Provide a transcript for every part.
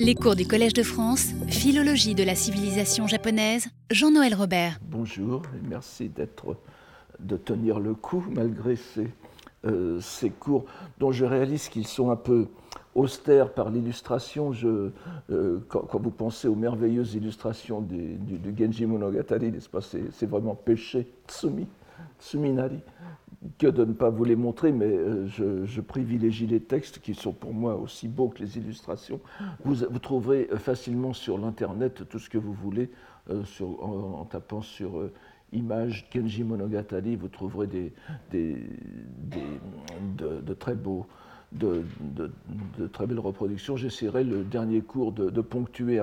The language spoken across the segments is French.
Les cours du Collège de France, Philologie de la civilisation japonaise, Jean-Noël Robert. Bonjour et merci de tenir le coup malgré ces cours dont je réalise qu'ils sont un peu austères par l'illustration. Quand vous pensez aux merveilleuses illustrations du Genji Monogatari, n'est-ce pas, c'est vraiment péché, tsuminari, que de ne pas vous les montrer, mais je privilégie les textes qui sont pour moi aussi beaux que les illustrations. Vous trouverez facilement sur l'Internet tout ce que vous voulez, en tapant sur images Genji Monogatari, vous trouverez de très beaux, de très belles reproductions. J'essaierai le dernier cours de ponctuer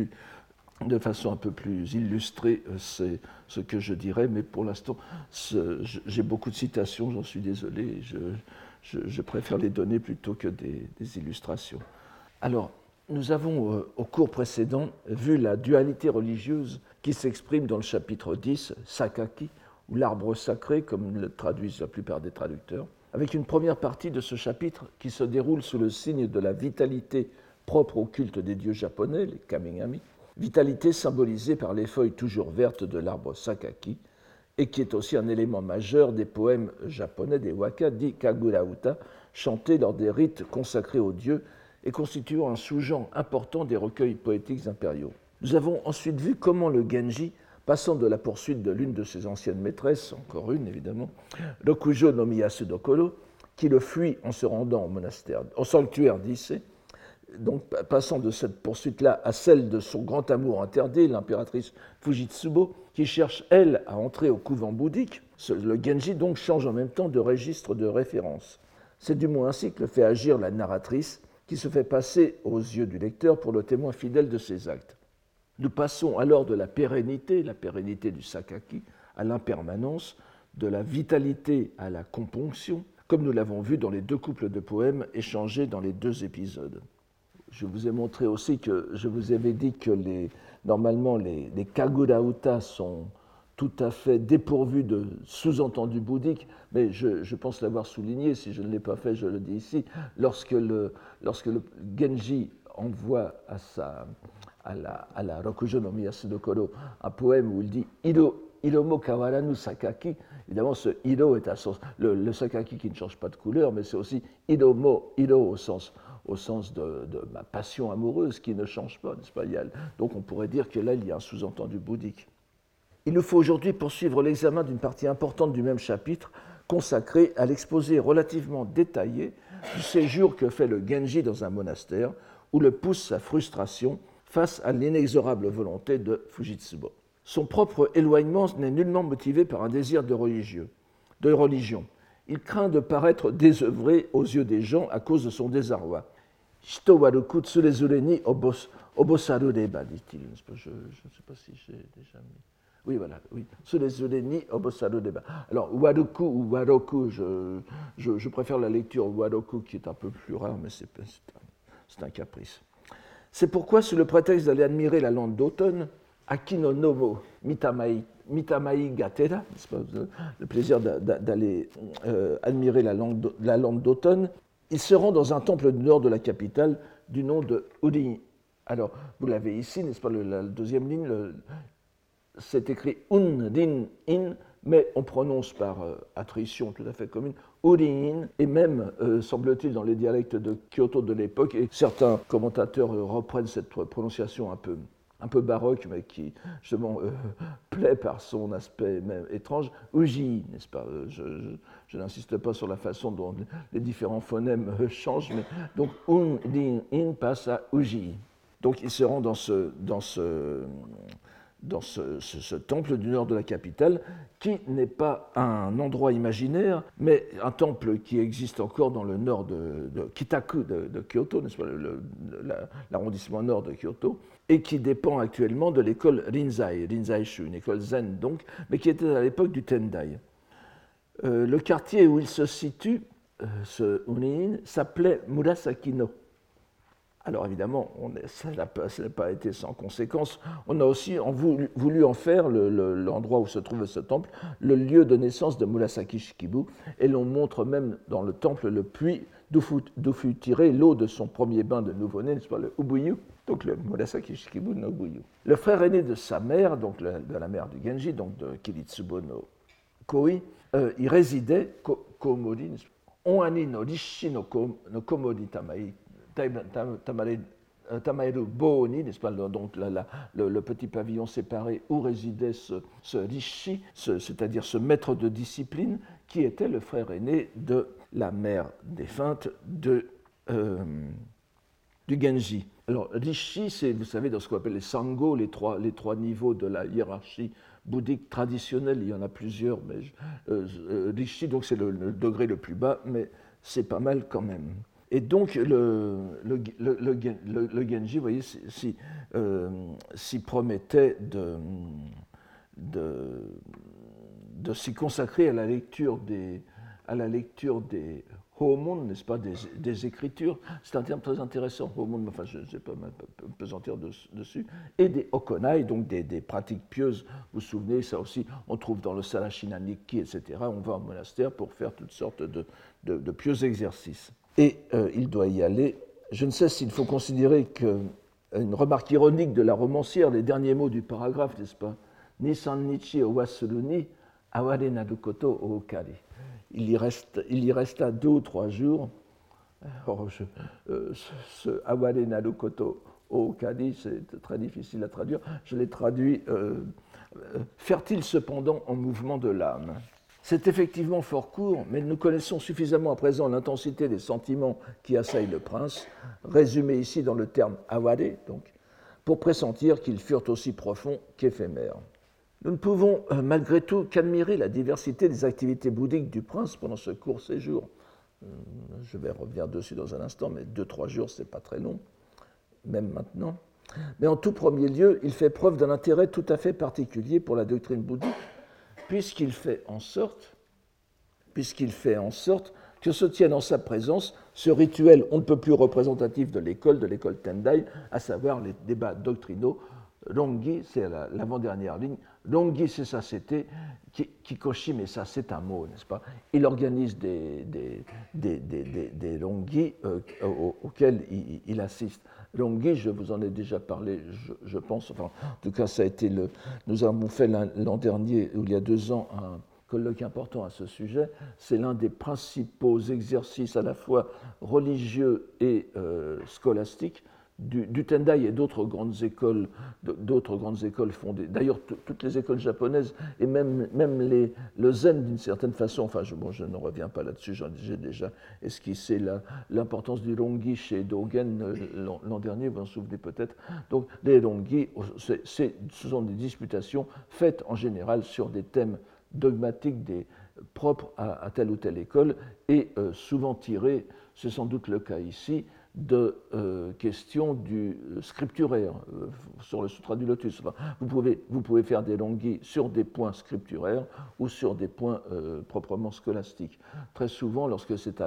de façon un peu plus illustrée ce que je dirais, mais pour l'instant, j'ai beaucoup de citations, j'en suis désolé, je préfère les donner plutôt que des illustrations. Alors, nous avons, au cours précédent, vu la dualité religieuse qui s'exprime dans le chapitre 10, Sakaki, ou l'arbre sacré, comme le traduisent la plupart des traducteurs, avec une première partie de ce chapitre qui se déroule sous le signe de la vitalité propre au culte des dieux japonais, les kamingami, vitalité symbolisée par les feuilles toujours vertes de l'arbre Sakaki, et qui est aussi un élément majeur des poèmes japonais des waka dits Kagurauta, chantés lors des rites consacrés aux dieux et constituant un sous-genre important des recueils poétiques impériaux. Nous avons ensuite vu comment le Genji, passant de la poursuite de l'une de ses anciennes maîtresses, encore une évidemment, Rokujo no Miyasu Dokoro, qui le fuit en se rendant au sanctuaire d'Issei, donc passant de cette poursuite-là à celle de son grand amour interdit, l'impératrice Fujitsubo, qui cherche, elle, à entrer au couvent bouddhique. Le Genji donc change en même temps de registre de référence. C'est du moins ainsi que le fait agir la narratrice, qui se fait passer aux yeux du lecteur pour le témoin fidèle de ses actes. Nous passons alors de la pérennité du Sakaki, à l'impermanence, de la vitalité à la componction, comme nous l'avons vu dans les deux couples de poèmes échangés dans les deux épisodes. Je vous ai montré aussi que je vous avais dit que normalement les Kagurauta sont tout à fait dépourvus de sous-entendus bouddhiques, mais je pense l'avoir souligné, si je ne l'ai pas fait, je le dis ici, lorsque le Genji envoie à la Rokujo no Miyasu Dokoro un poème où il dit Iromo kawaranu sakaki. Évidemment, ce Iro est le sakaki qui ne change pas de couleur, mais c'est aussi Iro au sens de ma passion amoureuse qui ne change pas, n'est-ce pas? Donc on pourrait dire que là, il y a un sous-entendu bouddhique. Il nous faut aujourd'hui poursuivre l'examen d'une partie importante du même chapitre consacrée à l'exposé relativement détaillé du séjour que fait le Genji dans un monastère où le pousse sa frustration face à l'inexorable volonté de Fujitsubo. Son propre éloignement n'est nullement motivé par un désir de religion. Il craint de paraître désœuvré aux yeux des gens à cause de son désarroi. Shito waruku tsurezure ni obosaru reba, dit-il. Je ne sais pas si j'ai déjà mis. Oui, voilà, oui. Tsurezure ni obosaru reba. Alors, waruku ou waroku, je préfère la lecture waroku qui est un peu plus rare, mais c'est un caprice. C'est pourquoi, sous le prétexte d'aller admirer la lande d'automne, Akino Nomo Mitamai Gatera, le plaisir d'aller admirer la lande d'automne, il se rend dans un temple du nord de la capitale du nom de Urin. Alors, vous l'avez ici, n'est-ce pas, la deuxième ligne, c'est écrit Un-rin-in, mais on prononce par attrition tout à fait commune, Urin, et même, semble-t-il, dans les dialectes de Kyoto de l'époque, et certains commentateurs reprennent cette prononciation un peu baroque, mais qui, justement, plaît par son aspect même étrange, Uji, n'est-ce pas? Je n'insiste pas sur la façon dont les différents phonèmes changent, mais donc Un-rin-in passe à Uji. Donc il se rend dans ce temple du nord de la capitale, qui n'est pas un endroit imaginaire, mais un temple qui existe encore dans le nord de Kitaku de Kyoto, n'est-ce pas, l'arrondissement nord de Kyoto, et qui dépend actuellement de l'école Rinzai-shu, une école zen donc, mais qui était à l'époque du Tendai. Le quartier où il se situe, ce Unin, s'appelait Murasaki-no. Alors évidemment, ça n'a pas été sans conséquence. On a aussi voulu en faire l'endroit où se trouvait ce temple, le lieu de naissance de Murasaki Shikibu, et l'on montre même dans le temple le puits d'où fut tirée l'eau de son premier bain de nouveau-né, n'est-ce pas, le Ubuyu, donc le Murasaki Shikibu no Ubuyu. Le frère aîné de sa mère, donc de la mère du Genji, donc de Kiritsubo no Koi, il résidait, Komori, Onani no Rishi no Komori Tamai, Tamaeru Booni, n'est-ce pas, donc le petit pavillon séparé où résidait ce rishi, c'est-à-dire ce maître de discipline, qui était le frère aîné de la mère défunte du Genji. Alors, rishi, c'est, vous savez, dans ce qu'on appelle les sango, les trois niveaux de la hiérarchie bouddhique traditionnelle, il y en a plusieurs, mais rishi, donc c'est le degré le plus bas, mais c'est pas mal quand même. Et donc, le Genji, vous voyez, s'y promettait de s'y consacrer à la lecture des homon, n'est-ce pas, des écritures. C'est un terme très intéressant, homon, enfin, je ne vais pas m'apesantir dessus, et des okonai, donc des pratiques pieuses. Vous vous souvenez, ça aussi, on trouve dans le Sarashina Nikki, etc. On va au monastère pour faire toutes sortes de pieux exercices. Et il doit y aller. Je ne sais s'il faut considérer qu'une remarque ironique de la romancière, les derniers mots du paragraphe, n'est-ce pas, Nisan Nichi Owasuru ni Aware Naru Koto Ookari. Il y resta 2 ou 3 jours. Alors, ce Aware Naru Koto Ookari, c'est très difficile à traduire. Je l'ai traduit fertile cependant en mouvement de l'âme. C'est effectivement fort court, mais nous connaissons suffisamment à présent l'intensité des sentiments qui assaillent le prince, résumé ici dans le terme aware, donc, pour pressentir qu'ils furent aussi profonds qu'éphémères. Nous ne pouvons malgré tout qu'admirer la diversité des activités bouddhiques du prince pendant ce court séjour. Je vais revenir dessus dans un instant, mais 2-3 jours, ce n'est pas très long, même maintenant. Mais en tout premier lieu, il fait preuve d'un intérêt tout à fait particulier pour la doctrine bouddhique, puisqu'il fait en sorte que se tienne en sa présence ce rituel on ne peut plus représentatif de l'école Tendai, à savoir les débats doctrinaux. Rongi, c'est l'avant-dernière ligne. Rongi, c'est ça, c'était. Kikoshi, mais ça, c'est un mot, n'est-ce pas? Il organise des rongi auxquels il assiste. Rongi, je vous en ai déjà parlé, je pense. Enfin, en tout cas, ça a été nous avons fait l'an dernier, ou il y a 2 ans, un colloque important à ce sujet. C'est l'un des principaux exercices à la fois religieux et scolastiques du Tendai et d'autres grandes écoles fondées. D'ailleurs, toutes les écoles japonaises et même le zen d'une certaine façon. Enfin, je ne reviens pas là-dessus. J'ai déjà esquissé l'importance du rongi chez Dogen l'an dernier. Vous vous en souvenez peut-être. Donc, les rongi, ce sont des disputations faites en général sur des thèmes dogmatiques propres à telle ou telle école et souvent tirés, c'est sans doute le cas ici, de questions du scripturaire sur le Sutra du Lotus. Enfin, vous pouvez faire des rongi sur des points scripturaires ou sur des points proprement scolastiques. Très souvent, lorsque ce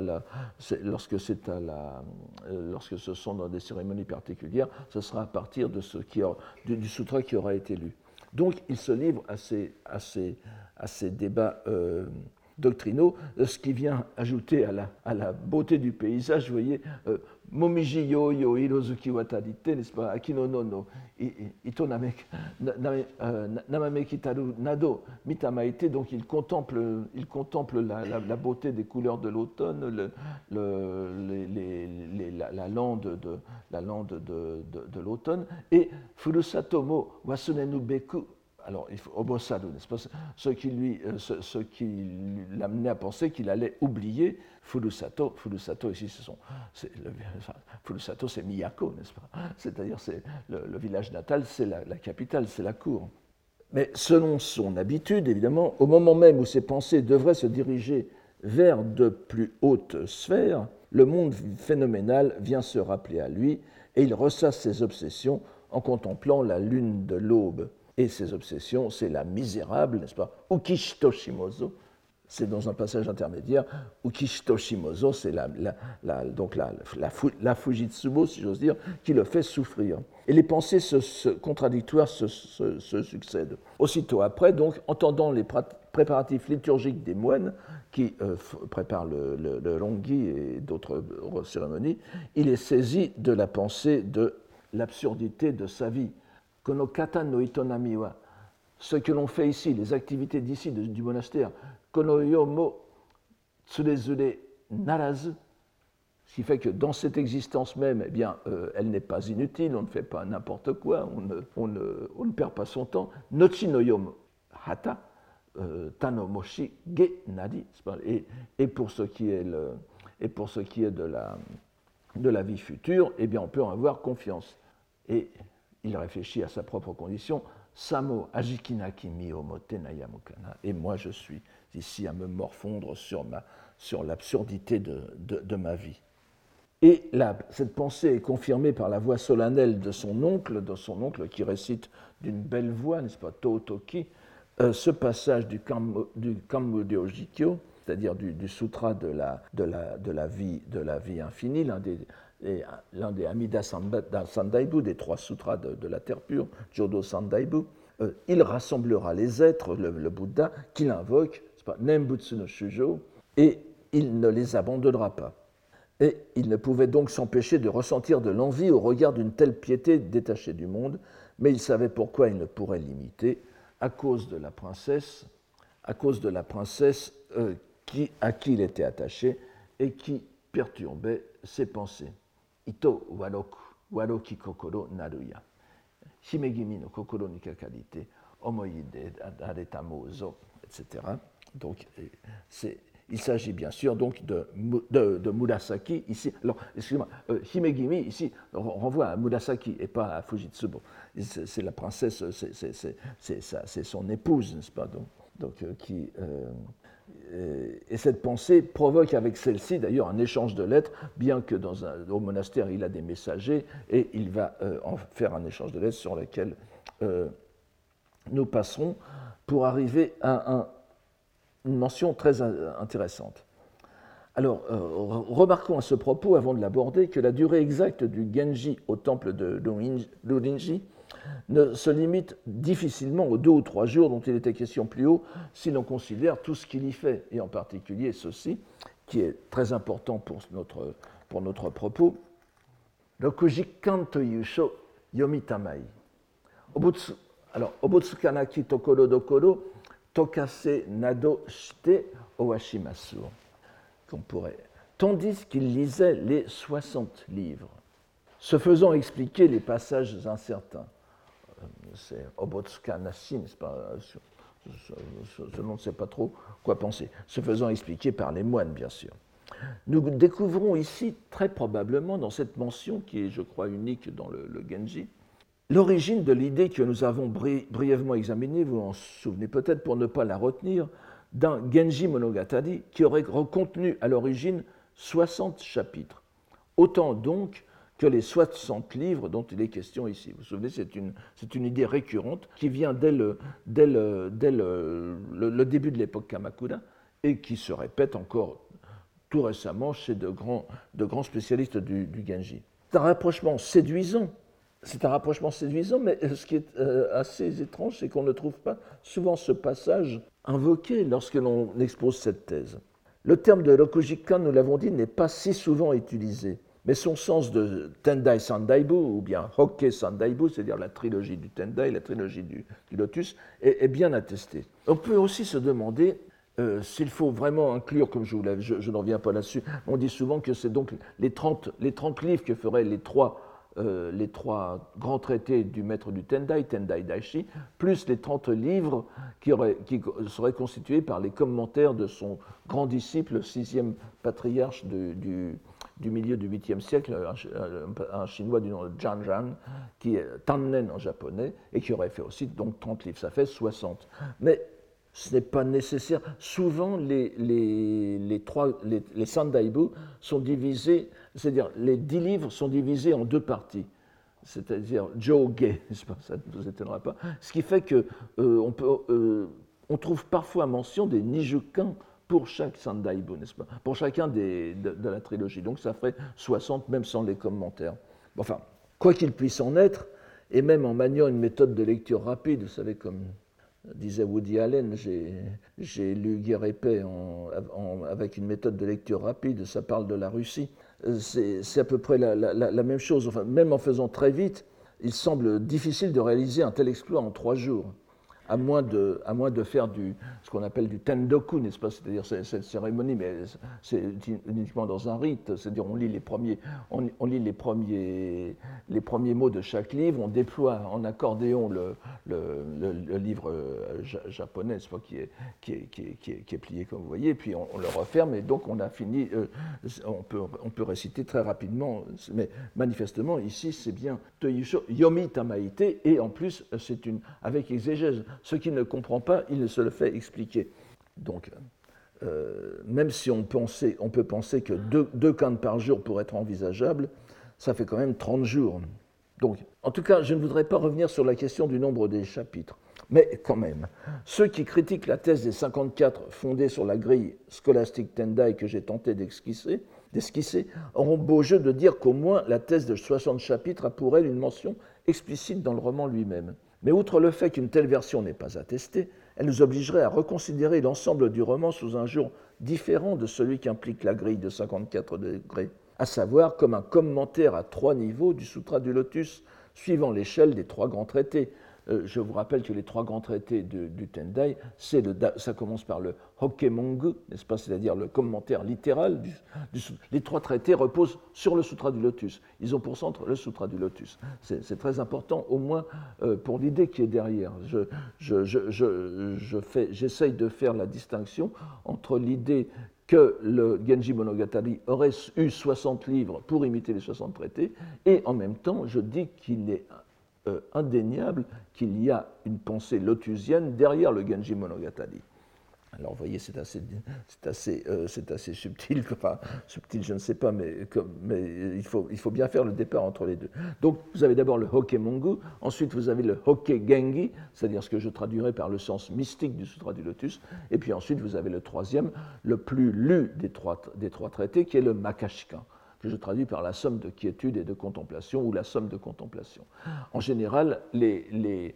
sont dans des cérémonies particulières, ce sera à partir de du sutra qui aura été lu. Donc, il se livre à ces débats doctrinaux, ce qui vient ajouter à la beauté du paysage. Vous voyez, Momiji yo yo hirozuki watarite, n'est-ce pas, Akino no ito namame kitaru nado mitamaite, donc il contemple la beauté des couleurs de l'automne, la lande de l'automne, et furusato mo wasunenu beku. Alors, Obosaru, n'est-ce pas, ce qui l'amenait à penser qu'il allait oublier Furusato. Furusato, ici, Furusato, c'est Miyako, n'est-ce pas? C'est-à-dire, c'est le village natal, c'est la capitale, c'est la cour. Mais selon son habitude, évidemment, au moment même où ses pensées devraient se diriger vers de plus hautes sphères, le monde phénoménal vient se rappeler à lui et il ressasse ses obsessions en contemplant la lune de l'aube. Et ses obsessions, c'est la misérable, n'est-ce pas, Ukishito Shimozo, c'est dans un passage intermédiaire, Ukishito Shimozo, c'est la Fujitsubo, si j'ose dire, qui le fait souffrir. Et les pensées contradictoires se succèdent. Aussitôt après, donc, entendant les préparatifs liturgiques des moines qui préparent le rongi et d'autres cérémonies, il est saisi de la pensée de l'absurdité de sa vie. Kono kata no itonami wa, ce que l'on fait ici, les activités d'ici, du monastère, kono yo mo tsurezure narazu, ce qui fait que dans cette existence même, eh bien, elle n'est pas inutile, on ne fait pas n'importe quoi, on ne perd pas son temps. Nochi no yomu hata, tano moshi ge nari, et pour ce qui est de la vie future, eh bien, on peut en avoir confiance. Et il réfléchit à sa propre condition. Samo ajikinaki miyomote nayamukana. Et moi, je suis ici à me morfondre sur l'absurdité de ma vie. Et cette pensée est confirmée par la voix solennelle de son oncle qui récite d'une belle voix, n'est-ce pas, Totoki, ce passage du Kanmuryo Jikyo, c'est-à-dire du sutra de la vie infinie, l'un des Amida Sandaibu, des 3 sutras de la terre pure, Jodo Sandaibu. Il rassemblera les êtres, le Bouddha, qu'il invoque, Nembutsu no Shujo, et il ne les abandonnera pas. Et il ne pouvait donc s'empêcher de ressentir de l'envie au regard d'une telle piété détachée du monde, mais il savait pourquoi il ne pourrait l'imiter, à cause de la princesse à qui il était attaché et qui perturbait ses pensées. Ito waroki kokoro naruya. Himegimi no kokoro ni kakarite, omoide areta mozo, etc. Donc, il s'agit bien sûr donc de Murasaki ici. Alors, excusez-moi, Himegimi ici renvoie à Murasaki et pas à Fujitsubo. C'est la princesse, c'est son épouse, n'est-ce pas, et cette pensée provoque avec celle-ci d'ailleurs un échange de lettres, bien que au monastère il a des messagers, et il va en faire un échange de lettres sur lequel nous passerons pour arriver à une mention très intéressante. Alors, remarquons à ce propos, avant de l'aborder, que la durée exacte du Genji au temple de Lurinji ne se limite difficilement aux 2 ou 3 jours dont il était question plus haut, si l'on considère tout ce qu'il y fait, et en particulier ceci, qui est très important pour notre propos. Rokujikan toyusho yomitamai. Alors, obotsukanaki tokoro dokoro tokase nado shite owashimasu. Qu'on pourrait. Tandis qu'il lisait les 60 livres, se faisant expliquer les passages incertains. C'est Obotsukanashi, n'est-ce pas? Je ne sais pas trop quoi penser. Se faisant expliquer par les moines, bien sûr. Nous découvrons ici, très probablement, dans cette mention, qui est, je crois, unique dans le Genji, l'origine de l'idée que nous avons brièvement examinée, vous en souvenez peut-être pour ne pas la retenir, d'un Genji Monogatari qui aurait contenu à l'origine 60 chapitres. Autant donc que les 60 livres dont il est question ici. Vous vous souvenez, c'est une idée récurrente qui vient dès le début de l'époque Kamakura et qui se répète encore tout récemment chez de grands spécialistes du Genji. C'est un rapprochement séduisant. Mais ce qui est assez étrange, c'est qu'on ne trouve pas souvent ce passage invoqué lorsque l'on expose cette thèse. Le terme de Rokujikan, nous l'avons dit, n'est pas si souvent utilisé, mais son sens de Tendai Sandaibu, ou bien Hokke Sandaibu, c'est-à-dire la trilogie du Tendai, la trilogie du Lotus, est bien attesté. On peut aussi se demander s'il faut vraiment inclure, comme je n'en reviens pas là-dessus, on dit souvent que c'est donc les 30 livres que feraient les trois grands traités du maître du Tendai, Tendai Daishi, plus les 30 livres qui seraient constitués par les commentaires de son grand disciple, le 6e patriarche du milieu du 8e siècle, un chinois du nom de Zhang Zhan, qui est Tannen en japonais, et qui aurait fait aussi donc 30 livres, ça fait 60. Mais ce n'est pas nécessaire. Souvent, les Sandaibu sont divisés, c'est-à-dire les 10 livres sont divisés en 2 parties, c'est-à-dire Joge, ça ne vous étonnera pas, ce qui fait qu'on trouve parfois mention des Nijukan pour chaque Sandaibu, n'est-ce pas? Pour chacun de la trilogie. Donc ça ferait 60, même sans les commentaires. Enfin, quoi qu'il puisse en être, et même en maniant une méthode de lecture rapide, vous savez, comme disait Woody Allen, j'ai lu Guerre et Paix avec une méthode de lecture rapide, ça parle de la Russie. C'est à peu près la même chose. Enfin, même en faisant très vite, il semble difficile de réaliser un tel exploit en 3 jours. À moins de faire ce qu'on appelle du tendoku, n'est-ce pas? C'est-à-dire cette cérémonie, mais c'est uniquement dans un rite. C'est-à-dire on lit les premiers mots de chaque livre, on déploie en accordéon le livre japonais, n'est-ce pas, qui est plié comme vous voyez, puis on le referme et donc on a fini. On peut réciter très rapidement, mais manifestement ici c'est bien Toyusho Yomi Tamaite et en plus c'est avec exégèse. Ce qui ne comprend pas, il se le fait expliquer. Donc, même si on peut penser que deux cantes par jour pourraient être envisageables, ça fait quand même 30 jours. Donc, en tout cas, je ne voudrais pas revenir sur la question du nombre des chapitres. Mais quand même, ceux qui critiquent la thèse des 54 fondée sur la grille scolastique Tendai que j'ai tenté d'esquisser auront beau jeu de dire qu'au moins la thèse de 60 chapitres a pour elle une mention explicite dans le roman lui-même. Mais outre le fait qu'une telle version n'est pas attestée, elle nous obligerait à reconsidérer l'ensemble du roman sous un jour différent de celui qu'implique la grille de 54 degrés, à savoir comme un commentaire à 3 niveaux du Sutra du Lotus, suivant l'échelle des 3 grands traités. Je vous rappelle que les 3 grands traités du Tendai, ça commence par le Hokemongu, n'est-ce pas, c'est-à-dire le commentaire littéral. Les 3 traités reposent sur le Sutra du Lotus. Ils ont pour centre le Sutra du Lotus. C'est très important, au moins pour l'idée qui est derrière. J'essaye de faire la distinction entre l'idée que le Genji Monogatari aurait eu 60 livres pour imiter les 60 traités, et en même temps, je dis qu'il est indéniable qu'il y a une pensée lotusienne derrière le Genji Monogatari. Alors, vous voyez, c'est assez subtil, enfin, subtil, je ne sais pas, mais il faut bien faire le départ entre les deux. Donc, vous avez d'abord le Hokemongu, ensuite vous avez le Hokegengi, c'est-à-dire ce que je traduirais par le sens mystique du Sutra du Lotus, et puis ensuite vous avez le troisième, le plus lu des trois traités, qui est le Makashika, que je traduis par la somme de quiétude et de contemplation, ou la somme de contemplation. En général, les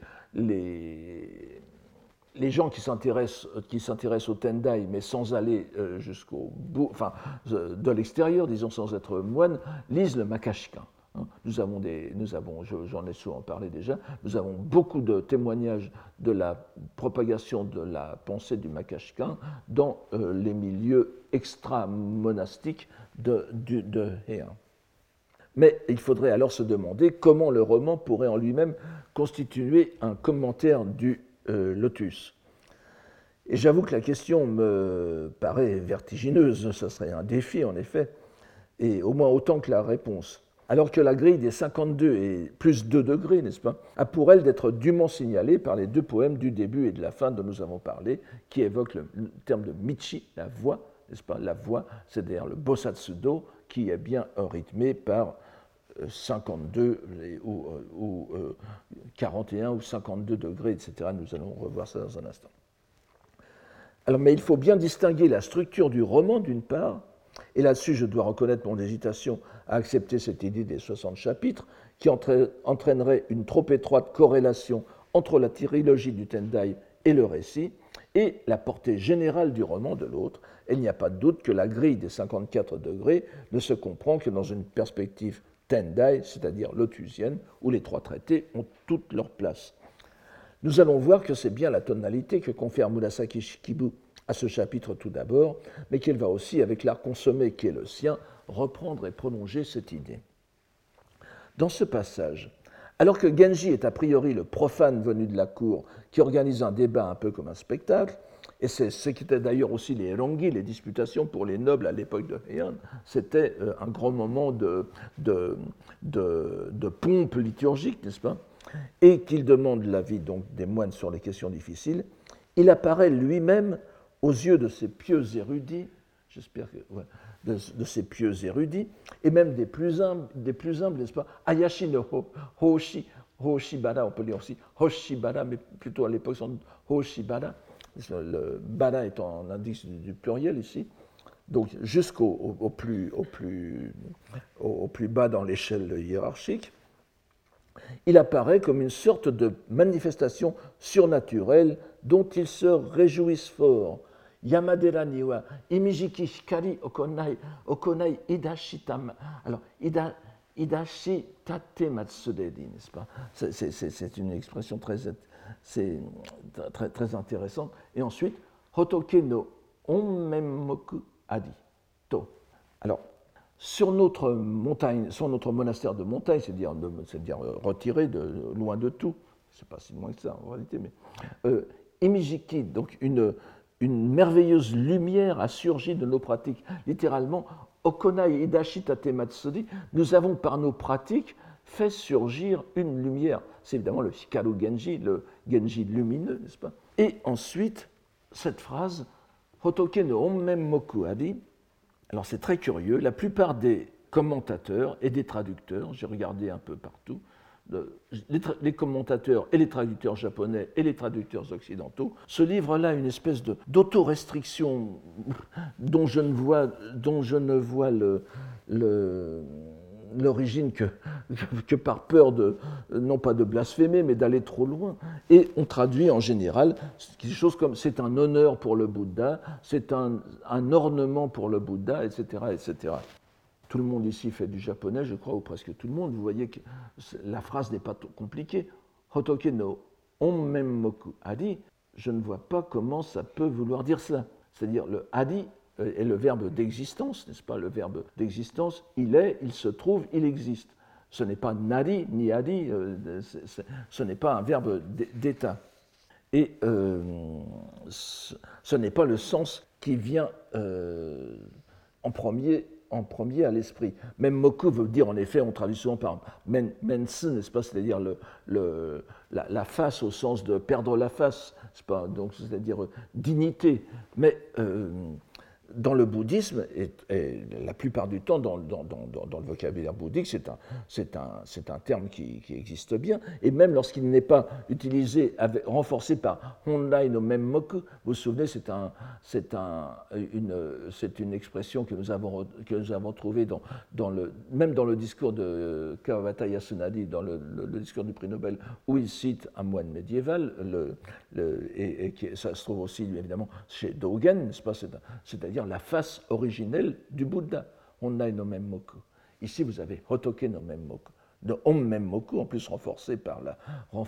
gens qui s'intéressent au Tendai, mais sans aller jusqu'au bout, enfin, de l'extérieur, disons sans être moine, lisent le Makashika. J'en ai souvent parlé déjà, nous avons beaucoup de témoignages de la propagation de la pensée du Makashika dans les milieux extra-monastiques de Heian. Mais il faudrait alors se demander comment le roman pourrait en lui-même constituer un commentaire du Lotus. Et j'avoue que la question me paraît vertigineuse, ça serait un défi en effet, et au moins autant que la réponse. Alors que la grille des 52 et plus 2 degrés, n'est-ce pas, a pour elle d'être dûment signalée par les 2 poèmes du début et de la fin dont nous avons parlé, qui évoquent le terme de Michi, la voix, n'est-ce pas, la voix, c'est-à-dire le Bosatsudo, qui est bien rythmé par 52 ou 41 ou 52 degrés, etc. Nous allons revoir ça dans un instant. Alors, mais il faut bien distinguer la structure du roman, d'une part, et là-dessus je dois reconnaître mon hésitation à accepter cette idée des 60 chapitres, qui entraînerait une trop étroite corrélation entre la trilogie du Tendai et le récit, et la portée générale du roman de l'autre. Il n'y a pas de doute que la grille des 54 degrés ne se comprend que dans une perspective Tendai, c'est-à-dire lotusienne, où les 3 traités ont toute leur place. Nous allons voir que c'est bien la tonalité que confère Murasaki Shikibu à ce chapitre tout d'abord, mais qu'il va aussi, avec l'art consommé qui est le sien, reprendre et prolonger cette idée. Dans ce passage, alors que Genji est a priori le profane venu de la cour qui organise un débat un peu comme un spectacle, et c'est ce qui était d'ailleurs aussi les rongi, les disputations pour les nobles à l'époque de Heian, c'était un grand moment de pompe liturgique, n'est-ce pas? Et qu'il demande l'avis donc des moines sur les questions difficiles, il apparaît lui-même aux yeux de ces pieux érudits, de ces pieux érudits, et même des plus humbles, n'est-ce pas? Ayashi no Hoshibara, on peut lire aussi Hoshibara, mais plutôt à l'époque, Hoshibara, le bada est en indice du pluriel ici, donc jusqu'au plus bas dans l'échelle hiérarchique, il apparaît comme une sorte de manifestation surnaturelle dont ils se réjouissent fort. Yamadera ni wa imijiki hikari okonai idashitama. Alors, idashitate matsudedi, n'est-ce pas? C'est une expression très intéressante. Et ensuite, hotoke no onmenmoku adi to. Alors, sur notre montagne, sur notre monastère de montagne, c'est-à-dire retiré loin de tout, c'est pas si loin que ça en réalité, mais imijiki, donc une merveilleuse lumière a surgi de nos pratiques. Littéralement, okonai idashi tate matsuri, nous avons par nos pratiques fait surgir une lumière. C'est évidemment le hikaru genji, le genji lumineux, n'est-ce pas? Et ensuite, cette phrase, hotoke no onmenmoku adi. Alors c'est très curieux, la plupart des commentateurs et des traducteurs, j'ai regardé un peu partout, les commentateurs et les traducteurs japonais et les traducteurs occidentaux se livrent là à une espèce d'autorestriction dont je ne vois l'origine que par peur non pas de blasphémer, mais d'aller trop loin. Et on traduit en général quelque chose comme c'est un honneur pour le Bouddha, c'est un ornement pour le Bouddha, etc., etc. Tout le monde ici fait du japonais, je crois, ou presque tout le monde. Vous voyez que la phrase n'est pas compliquée. Hotoke no onmenmoku adi, je ne vois pas comment ça peut vouloir dire ça. C'est-à-dire le adi est le verbe d'existence, n'est-ce pas? Le verbe d'existence, il est, il se trouve, il existe. Ce n'est pas nari ni adi, ce n'est pas un verbe d'état. Et ce n'est pas le sens qui vient en premier à l'esprit. Même moku veut dire, en effet, on traduit souvent par mensu, n'est-ce pas? C'est-à-dire la face au sens de perdre la face, donc c'est-à-dire dignité. Mais dans le bouddhisme, et la plupart du temps dans le vocabulaire bouddhique, c'est un terme qui existe bien, et même lorsqu'il n'est pas utilisé, renforcé par Hondai no Menmoku, vous vous souvenez, c'est une expression que nous avons trouvée même dans le discours de Kawabata Yasunari, dans le discours du prix Nobel, où il cite un moine médiéval, et ça se trouve aussi, évidemment, chez Dogen, n'est-ce pas? C'est-à-dire la face originelle du Bouddha. Hondai no Menmoku. Ici, vous avez Hotoke no Menmoku. De onmenmoku, en plus renforcé par la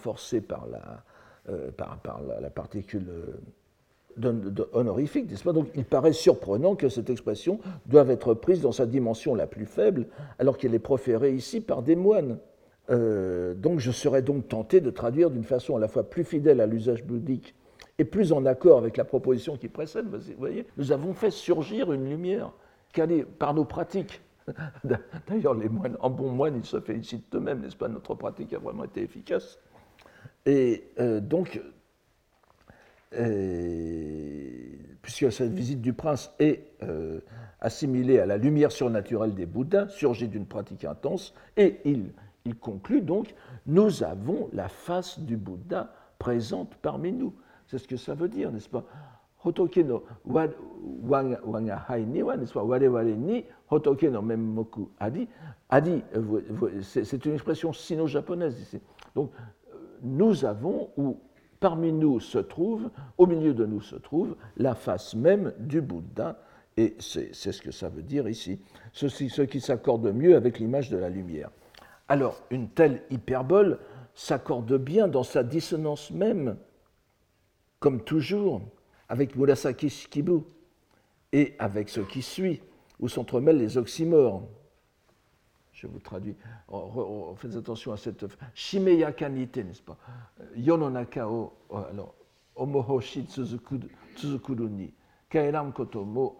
particule honorifique, n'est-ce pas? Donc, il paraît surprenant que cette expression doive être prise dans sa dimension la plus faible, alors qu'elle est proférée ici par des moines. Donc, je serais donc tenté de traduire d'une façon à la fois plus fidèle à l'usage bouddhique et plus en accord avec la proposition qui précède. Vous voyez, nous avons fait surgir une lumière par nos pratiques. D'ailleurs, les moines, en bons moines, ils se félicitent eux-mêmes, n'est-ce pas? Notre pratique a vraiment été efficace. Et donc, puisque cette visite du prince est assimilée à la lumière surnaturelle des Bouddhas, surgie d'une pratique intense, et il conclut donc, nous avons la face du Bouddha présente parmi nous. C'est ce que ça veut dire, n'est-ce pas? Hotoke no wanga hai ni wa, n'est-ce pas? Wareware ni hotoke no menmoku adi. Adi, c'est une expression sino-japonaise ici. Donc, nous avons, ou parmi nous se trouve, au milieu de nous se trouve, la face même du Bouddha, et c'est ce que ça veut dire ici, ce qui s'accorde mieux avec l'image de la lumière. Alors, une telle hyperbole s'accorde bien dans sa dissonance même, comme toujours, avec Murasaki Shikibu et avec ce qui suit, où s'entremêlent les oxymores. Je vous traduis. Faites attention à cette shimeyakanite, n'est-ce pas? Yononaka o omohoshi tsuzukuru ni kairan koto mo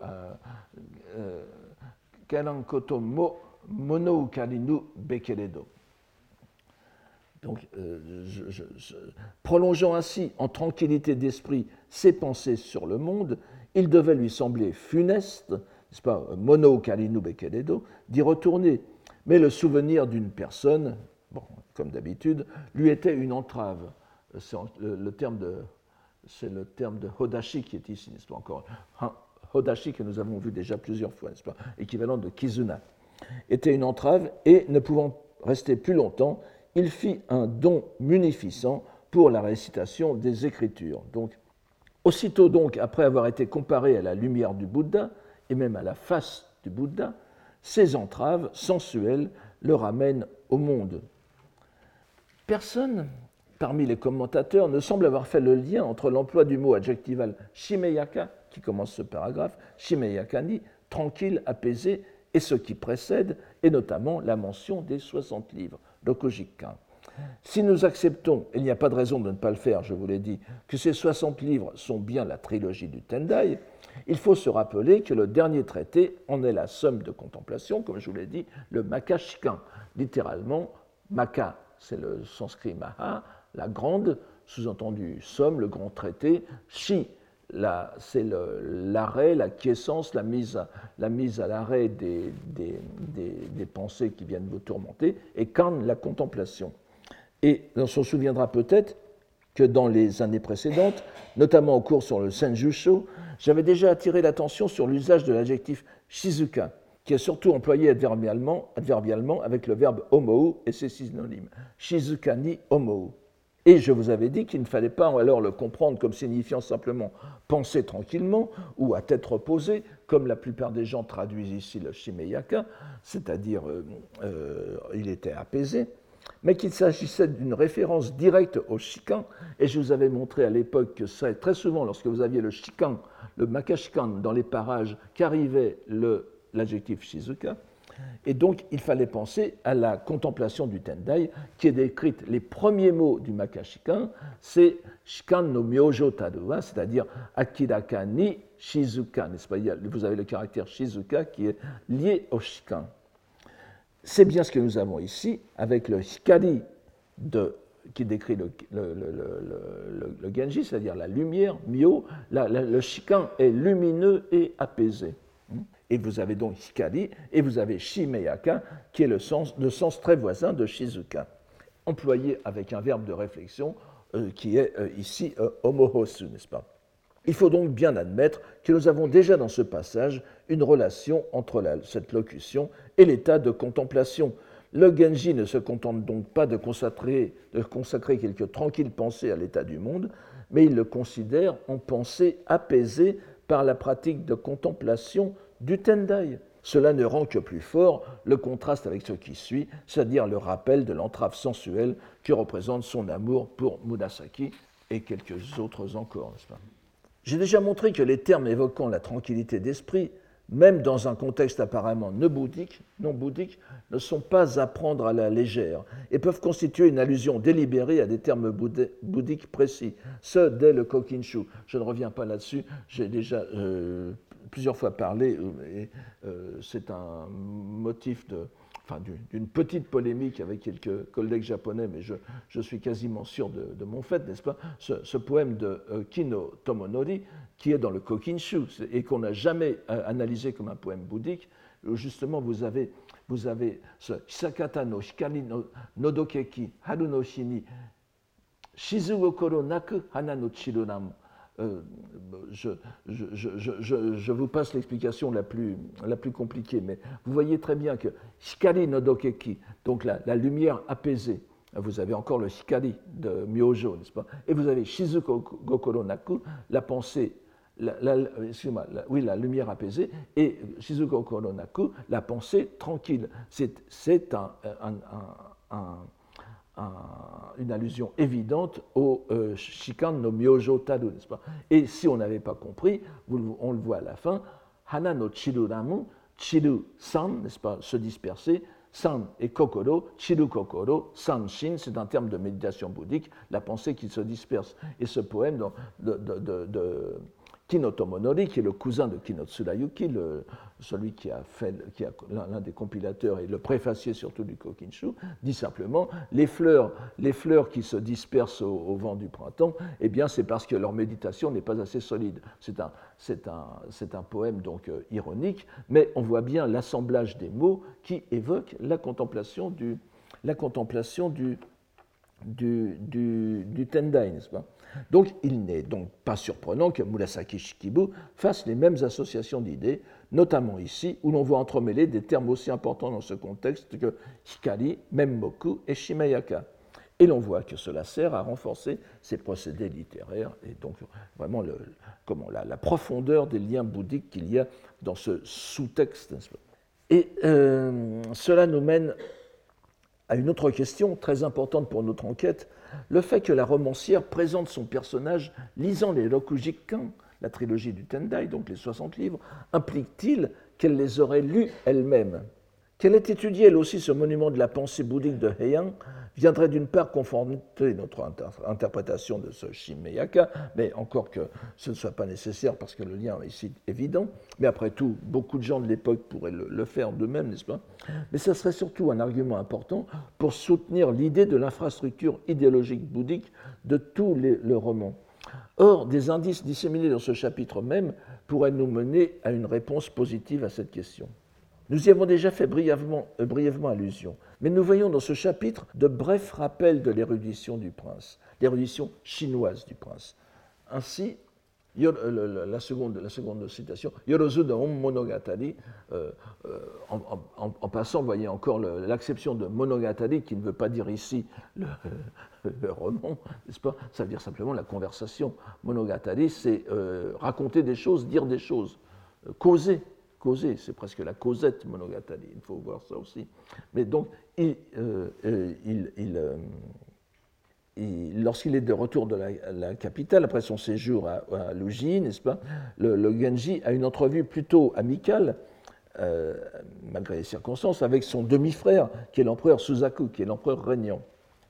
mono ukarinu bekeredo. Donc, prolongeant ainsi en tranquillité d'esprit ses pensées sur le monde, il devait lui sembler funeste, n'est-ce pas, mono karinu bekeredo, d'y retourner. Mais le souvenir d'une personne, bon, comme d'habitude, lui était une entrave. Le terme c'est le terme de Hodashi qui est ici, n'est-ce pas encore Hodashi que nous avons vu déjà plusieurs fois, n'est-ce pas, équivalent de Kizuna, était une entrave et ne pouvant rester plus longtemps, il fit un don munificent pour la récitation des Écritures. Donc, aussitôt donc, après avoir été comparé à la lumière du Bouddha, et même à la face du Bouddha, ces entraves sensuelles le ramènent au monde. Personne, parmi les commentateurs, ne semble avoir fait le lien entre l'emploi du mot adjectival shimeyaka, qui commence ce paragraphe, shimeyakani, tranquille, apaisé, et ce qui précède, et notamment la mention des 60 livres, Rokujikkan. Si nous acceptons, et il n'y a pas de raison de ne pas le faire, je vous l'ai dit, que ces 60 livres sont bien la trilogie du Tendai, il faut se rappeler que le dernier traité en est la somme de contemplation, comme je vous l'ai dit, le Makashikan. Littéralement, Maka, c'est le sanskrit Maha, la grande, sous-entendu somme, le grand traité, Shi, c'est l'arrêt, la quiescence, la mise à l'arrêt des pensées qui viennent vous tourmenter, et Kan, la contemplation. Et on se souviendra peut-être que dans les années précédentes, notamment au cours sur le Senjusho, j'avais déjà attiré l'attention sur l'usage de l'adjectif shizuka, qui est surtout employé adverbialement avec le verbe homou et ses synonymes, shizuka ni homou. Et je vous avais dit qu'il ne fallait pas alors le comprendre comme signifiant simplement penser tranquillement ou à tête reposée, comme la plupart des gens traduisent ici le shimeyaka, c'est-à-dire il était apaisé, mais qu'il s'agissait d'une référence directe au shikan, et je vous avais montré à l'époque que ça, très souvent, lorsque vous aviez le shikan, le makashikan dans les parages, qu'arrivait l'adjectif shizuka, et donc il fallait penser à la contemplation du Tendai, qui est décrite, les premiers mots du makashikan, c'est shikan no myojo taru, c'est-à-dire akiraka ni shizuka, n'est-ce pas? Vous avez le caractère shizuka qui est lié au shikan. C'est bien ce que nous avons ici avec le hikari qui décrit le Genji, c'est-à-dire la lumière, myo. Le shikan est lumineux et apaisé. Et vous avez donc hikari et vous avez shimeyaka qui est le sens très voisin de shizuka, employé avec un verbe de réflexion qui est ici homohosu, n'est-ce pas? Il faut donc bien admettre que nous avons déjà dans ce passage une relation entre cette locution et l'état de contemplation. Le Genji ne se contente donc pas de consacrer quelques tranquilles pensées à l'état du monde, mais il le considère en pensée apaisée par la pratique de contemplation du Tendai. Cela ne rend que plus fort le contraste avec ce qui suit, c'est-à-dire le rappel de l'entrave sensuelle que représente son amour pour Murasaki et quelques autres encore, n'est-ce pas? J'ai déjà montré que les termes évoquant la tranquillité d'esprit, même dans un contexte apparemment non bouddhique, ne sont pas à prendre à la légère et peuvent constituer une allusion délibérée à des termes bouddhiques précis, ce dès le Kokinshu. Je ne reviens pas là-dessus, j'ai déjà plusieurs fois parlé, et c'est un motif d'une petite polémique avec quelques collègues japonais, mais je suis quasiment sûr de mon fait, n'est-ce pas, ce poème de Kino Tomonori, qui est dans le Kokinshu, et qu'on n'a jamais analysé comme un poème bouddhique, où justement vous avez ce Hisakata no hikari no nodokeki haru no shi ni shizugokoro naku hana no chiruramu. Je vous passe l'explication la plus compliquée, mais vous voyez très bien que Hikari no Dokeki, donc la lumière apaisée, vous avez encore le Hikari de Myojo, n'est-ce pas? Et vous avez Shizuko Gokoro Naku, la pensée, la lumière apaisée, et Shizuko Gokoro Naku, la pensée tranquille. C'est une allusion évidente au Shikan no Myojo Taru, n'est-ce pas? Et si on n'avait pas compris, on le voit à la fin, Hana no Chiruramu, Chiru-san, n'est-ce pas, se disperser, San et Kokoro, Chiru Kokoro, San-shin, c'est un terme de méditation bouddhique, la pensée qui se disperse. Et ce poème de Kino Tomonori, qui est le cousin de Kino Tsurayuki, celui qui a l'un des compilateurs et le préfacier surtout du Kokinshu, dit simplement les fleurs qui se dispersent au vent du printemps, eh bien c'est parce que leur méditation n'est pas assez solide. C'est un poème donc ironique, mais on voit bien l'assemblage des mots qui évoquent la contemplation du du Tendai, n'est-ce pas? Donc, il n'est donc pas surprenant que Murasaki Shikibu fasse les mêmes associations d'idées, notamment ici, où l'on voit entremêler des termes aussi importants dans ce contexte que Hikari, Memmoku et Shimayaka. Et l'on voit que cela sert à renforcer ces procédés littéraires et donc vraiment la profondeur des liens bouddhiques qu'il y a dans ce sous-texte. Et cela nous mène à une autre question très importante pour notre enquête, le fait que la romancière présente son personnage lisant les Rokujikkan, la trilogie du Tendai, donc les 60 livres, implique-t-il qu'elle les aurait lus elle-même? Qu'elle ait étudié elle aussi ce monument de la pensée bouddhique de Heian viendrait d'une part conforter notre interprétation de ce Shimayaka, mais encore que ce ne soit pas nécessaire parce que le lien est ici évident, mais après tout, beaucoup de gens de l'époque pourraient le faire d'eux-mêmes, n'est-ce pas? Mais ce serait surtout un argument important pour soutenir l'idée de l'infrastructure idéologique bouddhique de tout le roman. Or, des indices disséminés dans ce chapitre même pourraient nous mener à une réponse positive à cette question. Nous y avons déjà fait brièvement allusion, mais nous voyons dans ce chapitre de brefs rappels de l'érudition du prince, l'érudition chinoise du prince. Ainsi, la seconde citation, Yorozu de Hon Monogatari, en passant, vous voyez encore l'acception de Monogatari, qui ne veut pas dire ici le roman, n'est-ce pas? Ça veut dire simplement la conversation. Monogatari, c'est raconter des choses, dire des choses, causer, c'est presque la causette Monogatari, il faut voir ça aussi. Mais donc, lorsqu'il est de retour de la capitale, après son séjour à Luji, n'est-ce pas, le Genji a une entrevue plutôt amicale, malgré les circonstances, avec son demi-frère, qui est l'empereur Suzaku, qui est l'empereur régnant.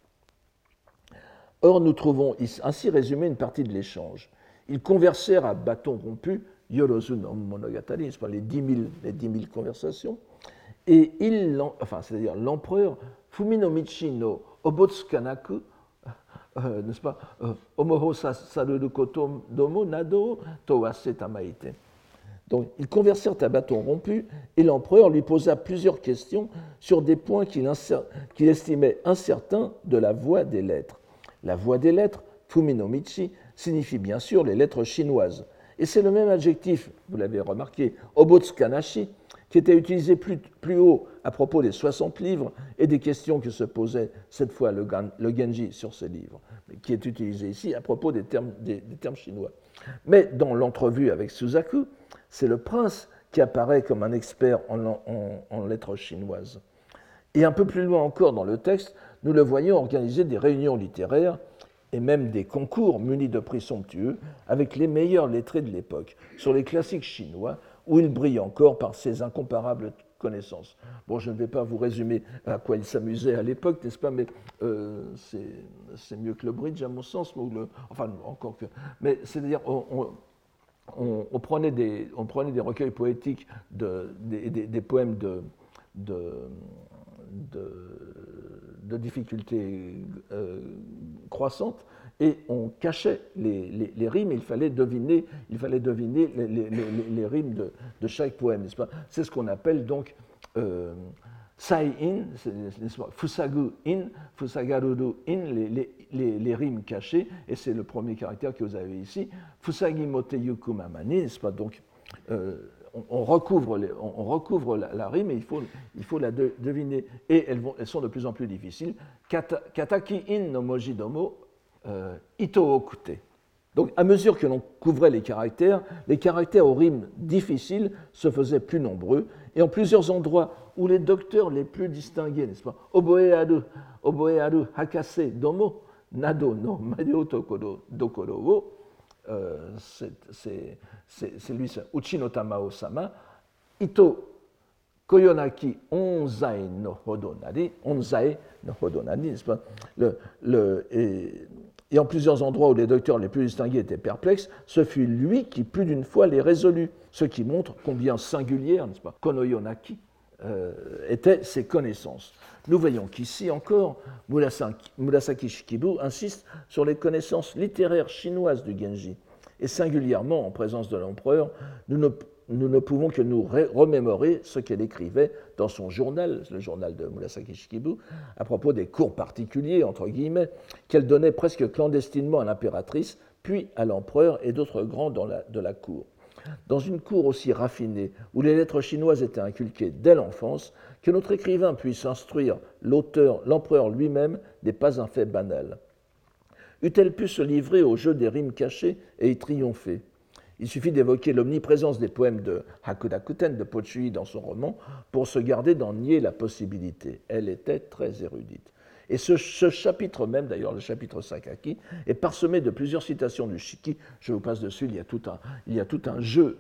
Or, nous trouvons ainsi résumé une partie de l'échange. Ils conversèrent à bâton rompu, Yorozu no Monogatari, n'est-ce pas, les 10 000 conversations, et c'est-à-dire l'empereur Fuminomichi no Obotsukanaku, n'est-ce pas, Omoho Saruru Koto Domo Nado Towase Tamaite. Donc, ils conversèrent à bâton rompu et l'empereur lui posa plusieurs questions sur des points qu'il estimait incertains de la voie des lettres. La voie des lettres, Fuminomichi, signifie bien sûr les lettres chinoises. Et c'est le même adjectif, vous l'avez remarqué, Obotsukanashi, qui était utilisé plus haut à propos des 60 livres et des questions que se posait cette fois le Genji sur ces livres, mais qui est utilisé ici à propos des termes chinois. Mais dans l'entrevue avec Suzaku, c'est le prince qui apparaît comme un expert en lettres chinoises. Et un peu plus loin encore dans le texte, nous le voyons organiser des réunions littéraires et même des concours munis de prix somptueux avec les meilleurs lettrés de l'époque, sur les classiques chinois, où il brille encore par ses incomparables connaissances. Bon, je ne vais pas vous résumer à quoi il s'amusait à l'époque, n'est-ce pas, mais c'est mieux que le bridge, à mon sens, enfin, encore que... Mais c'est-à-dire, on prenait des recueils poétiques, des poèmes de difficultés croissantes, et on cachait les rimes, et il fallait deviner les rimes de chaque poème, n'est-ce pas? C'est ce qu'on appelle donc sai-in, fusagu-in, fusagaruru-in, les rimes cachées, et c'est le premier caractère que vous avez ici, fusagi mote-yuku mamani, n'est-ce pas? Donc, on recouvre la rime et il faut la deviner. Et elles sont de plus en plus difficiles. Kataki-in no moji domo ito okute. Donc, à mesure que l'on couvrait les caractères aux rimes difficiles se faisaient plus nombreux, et en plusieurs endroits où les docteurs les plus distingués, n'est-ce pas, oboe aru hakase domo, nado no mario dokoro wo, c'est lui, Uchi no Tamao-sama, Ito Koyonaki Onzai no Hodonari, n'est-ce pas? Et en plusieurs endroits où les docteurs les plus distingués étaient perplexes, ce fut lui qui plus d'une fois les résolut, ce qui montre combien singulière, n'est-ce pas, Konoyonaki étaient ses connaissances. Nous voyons qu'ici encore, Murasaki Shikibu insiste sur les connaissances littéraires chinoises du Genji. Et singulièrement, en présence de l'empereur, nous ne nous ne pouvons que nous remémorer ce qu'elle écrivait dans son journal, le journal de Murasaki Shikibu, à propos des cours particuliers, entre guillemets, qu'elle donnait presque clandestinement à l'impératrice, puis à l'empereur et d'autres grands de la cour. Dans une cour aussi raffinée, où les lettres chinoises étaient inculquées dès l'enfance, que notre écrivain puisse instruire l'empereur lui-même n'est pas un fait banal. Eût-elle pu se livrer au jeu des rimes cachées et y triompher? Il suffit d'évoquer l'omniprésence des poèmes de Hakudakuten de Pochui dans son roman pour se garder d'en nier la possibilité. Elle était très érudite. Et ce chapitre même, d'ailleurs le chapitre Sakaki, est parsemé de plusieurs citations du Shiki. Je vous passe dessus, il y a tout un jeu,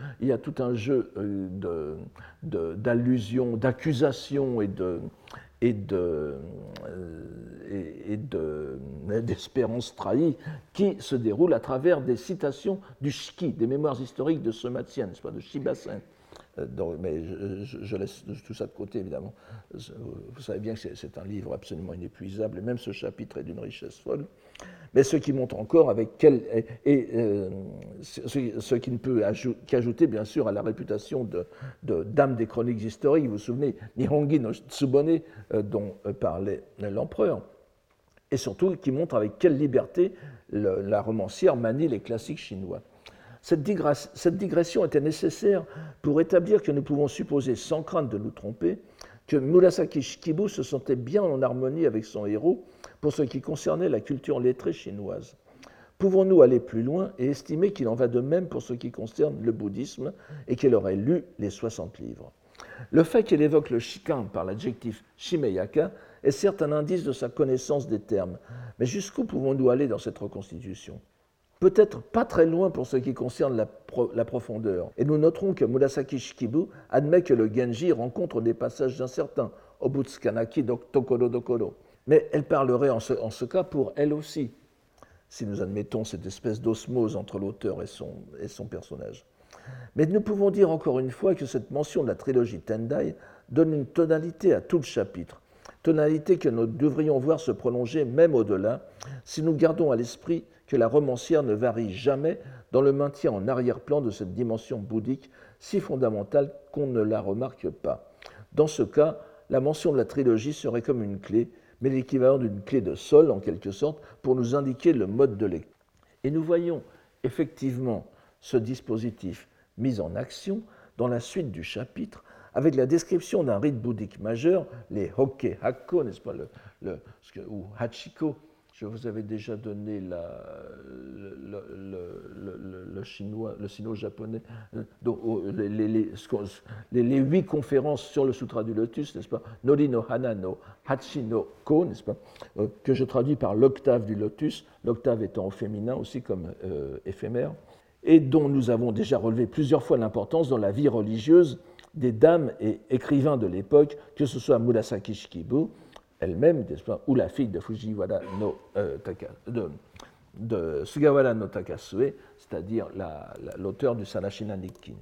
d'allusions, d'accusations d'espérances trahies qui se déroulent à travers des citations du Shiki, des mémoires historiques de Somatien, n'est-ce pas, de Shibasen. Mais je laisse tout ça de côté, évidemment. Vous savez bien que c'est un livre absolument inépuisable, et même ce chapitre est d'une richesse folle. Mais ce qui montre encore avec ce qui ne peut qu'ajouter, bien sûr, à la réputation de dame des chroniques historiques. Vous vous souvenez, Nihongi no Tsubone, dont parlait l'empereur, et surtout qui montre avec quelle liberté la romancière manie les classiques chinois. Cette digression était nécessaire pour établir que nous pouvons supposer, sans crainte de nous tromper, que Murasaki Shikibu se sentait bien en harmonie avec son héros pour ce qui concernait la culture lettrée chinoise. Pouvons-nous aller plus loin et estimer qu'il en va de même pour ce qui concerne le bouddhisme et qu'elle aurait lu les 60 livres? Le fait qu'elle évoque le shikan par l'adjectif shimeyaka est certes un indice de sa connaissance des termes, mais jusqu'où pouvons-nous aller dans cette reconstitution? Peut-être pas très loin pour ce qui concerne la profondeur. Et nous noterons que Murasaki Shikibu admet que le Genji rencontre des passages incertains, Obutsukanaki Tokoro Dokoro. Mais elle parlerait en ce cas pour elle aussi, si nous admettons cette espèce d'osmose entre l'auteur et son personnage. Mais nous pouvons dire encore une fois que cette mention de la trilogie Tendai donne une tonalité à tout le chapitre, tonalité que nous devrions voir se prolonger même au-delà, si nous gardons à l'esprit que la romancière ne varie jamais dans le maintien en arrière-plan de cette dimension bouddhique si fondamentale qu'on ne la remarque pas. Dans ce cas, la mention de la trilogie serait comme une clé, mais l'équivalent d'une clé de sol en quelque sorte, pour nous indiquer le mode de lecture. Et nous voyons effectivement ce dispositif mis en action dans la suite du chapitre, avec la description d'un rite bouddhique majeur, les Hokke Hakko, n'est-ce pas, ou Hachiko. Je vous avais déjà donné le sino-japonais, les 8 conférences sur le Sutra du Lotus, n'est-ce pas, Nori no Hana no Hachi no Ko, n'est-ce pas, que je traduis par l'octave du Lotus, l'octave étant au féminin aussi comme éphémère, et dont nous avons déjà relevé plusieurs fois l'importance dans la vie religieuse des dames et écrivains de l'époque, que ce soit Murasaki Shikibu elle-même, ou la fille de Fujiwara no de Sugawara no Takasue, c'est-à-dire l'auteur du Sanashina Nikki.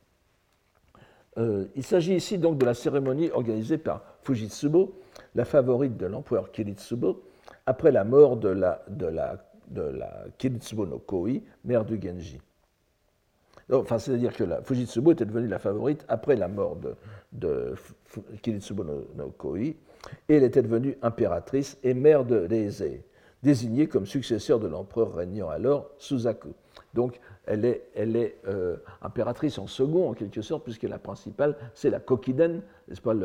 Il s'agit ici donc de la cérémonie organisée par Fujitsubo, la favorite de l'empereur Kiritsubo, après la mort de la Kiritsubo no Koi, mère du Genji. Enfin, c'est-à-dire que Fujitsubo était devenue la favorite après la mort de Kiritsubo no Koi, et elle était devenue impératrice et mère de Reizei, désignée comme successeur de l'empereur régnant alors, Suzaku. Donc, elle est impératrice en second, en quelque sorte, puisque la principale, c'est la Kokiden, n'est-ce pas,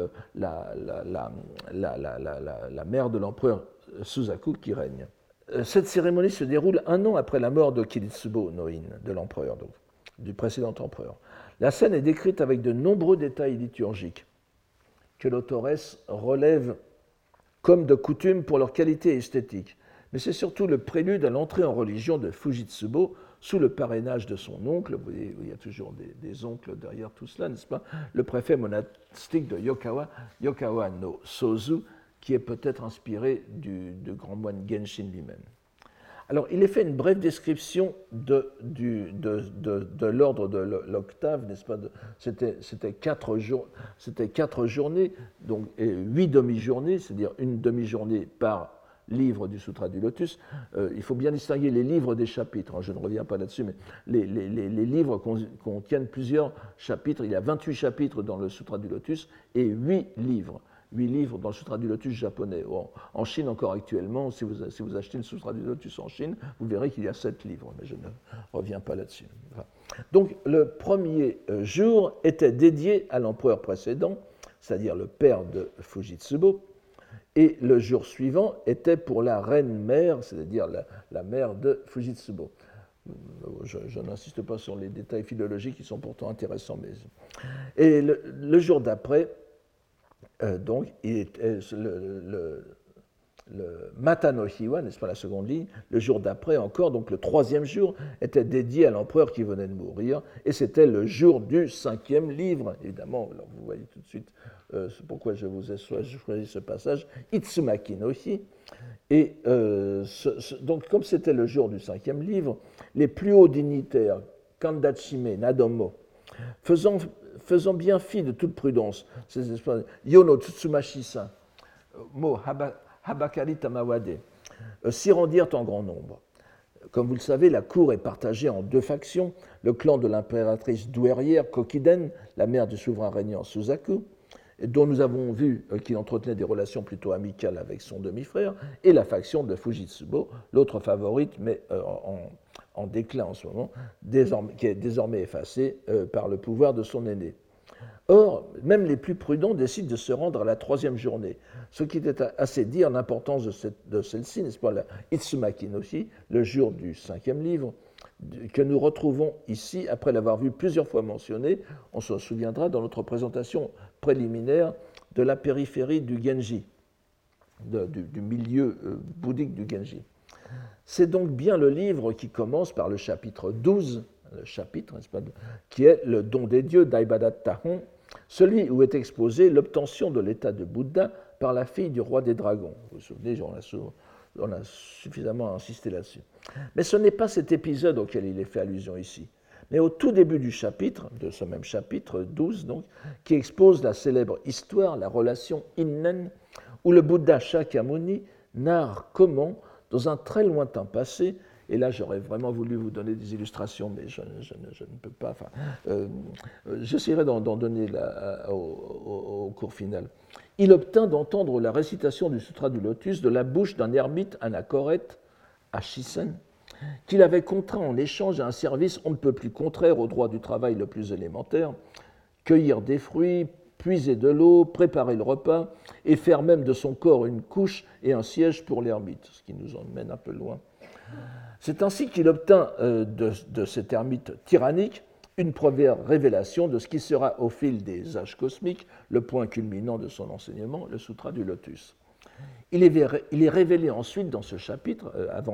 la mère de l'empereur Suzaku qui règne. Cette cérémonie se déroule 1 an après la mort de Kiritsubo no In, de l'empereur, donc, du précédent empereur. La scène est décrite avec de nombreux détails liturgiques que l'autoresse relève comme de coutume pour leur qualité esthétique. Mais c'est surtout le prélude à l'entrée en religion de Fujitsubo sous le parrainage de son oncle. Vous voyez, il y a toujours des oncles derrière tout cela, n'est-ce pas? Le préfet monastique de Yokawa no Sozu, qui est peut-être inspiré du grand moine Genshin lui-même. Alors, il est fait une brève description de l'ordre de l'octave, n'est-ce pas? C'était 4 journées, donc, et 8 demi-journées, c'est-à-dire une demi-journée par livres du Sutra du Lotus. Il faut bien distinguer les livres des chapitres, je ne reviens pas là-dessus, mais les livres contiennent plusieurs chapitres. Il y a 28 chapitres dans le Sutra du Lotus et 8 livres. 8 livres dans le Sutra du Lotus japonais. En Chine, encore actuellement, si vous achetez le Sutra du Lotus en Chine, vous verrez qu'il y a 7 livres, mais je ne reviens pas là-dessus. Enfin. Donc, le premier jour était dédié à l'empereur précédent, c'est-à-dire le père de Fujitsubo, et le jour suivant était pour la reine-mère, c'est-à-dire la mère de Fujitsubo. Je n'insiste pas sur les détails philologiques qui sont pourtant intéressants. Mais... Et le jour d'après, donc, le Mata no Hiwa, n'est-ce pas la seconde ligne, le jour d'après encore, donc le troisième jour, était dédié à l'empereur qui venait de mourir, et c'était le jour du 5e livre, évidemment. Alors vous voyez tout de suite pourquoi je vous ai choisi ce passage, Itsumaki no Hi. Et donc, comme c'était le jour du 5e livre, les plus hauts dignitaires, Kandachime, Nadomo, faisant bien fi de toute prudence, Yono Tsutsumashisa, Mo Habakari Tamawade, s'y rendirent en grand nombre. Comme vous le savez, la cour est partagée en 2 factions, le clan de l'impératrice douairière Kokiden, la mère du souverain régnant Suzaku, dont nous avons vu qu'il entretenait des relations plutôt amicales avec son demi-frère, et la faction de Fujitsubo, l'autre favorite, mais en déclin en ce moment, qui est désormais effacée par le pouvoir de son aîné. Or, même les plus prudents décident de se rendre à la 3e journée, ce qui était assez dire l'importance de celle-ci, n'est-ce pas, la Itsumaki no Hi, le jour du 5e livre, que nous retrouvons ici, après l'avoir vu plusieurs fois mentionné, on se souviendra dans notre présentation préliminaire de la périphérie du Genji, du milieu bouddhique du Genji. C'est donc bien le livre qui commence par le chapitre 12, le chapitre, n'est-ce pas, qui est le don des dieux d'Aibadatta Hon, celui où est exposée l'obtention de l'état de Bouddha par la fille du roi des dragons. Vous vous souvenez, on a suffisamment insisté là-dessus. Mais ce n'est pas cet épisode auquel il est fait allusion ici, mais au tout début du chapitre, de ce même chapitre 12, donc, qui expose la célèbre histoire, la relation Innen, où le Bouddha Shakyamuni narre comment, dans un très lointain passé, et là j'aurais vraiment voulu vous donner des illustrations, mais je ne peux pas, j'essaierai d'en donner au cours final. Il obtint d'entendre la récitation du Sutra du Lotus de la bouche d'un ermite anachorète, à Shisen, qu'il avait contraint en échange à un service on ne peut plus contraire au droit du travail le plus élémentaire, cueillir des fruits, puiser de l'eau, préparer le repas et faire même de son corps une couche et un siège pour l'ermite, ce qui nous emmène un peu loin. C'est ainsi qu'il obtint de cet ermite tyrannique une première révélation de ce qui sera au fil des âges cosmiques le point culminant de son enseignement, le Sutra du Lotus. Il est révélé ensuite dans ce chapitre,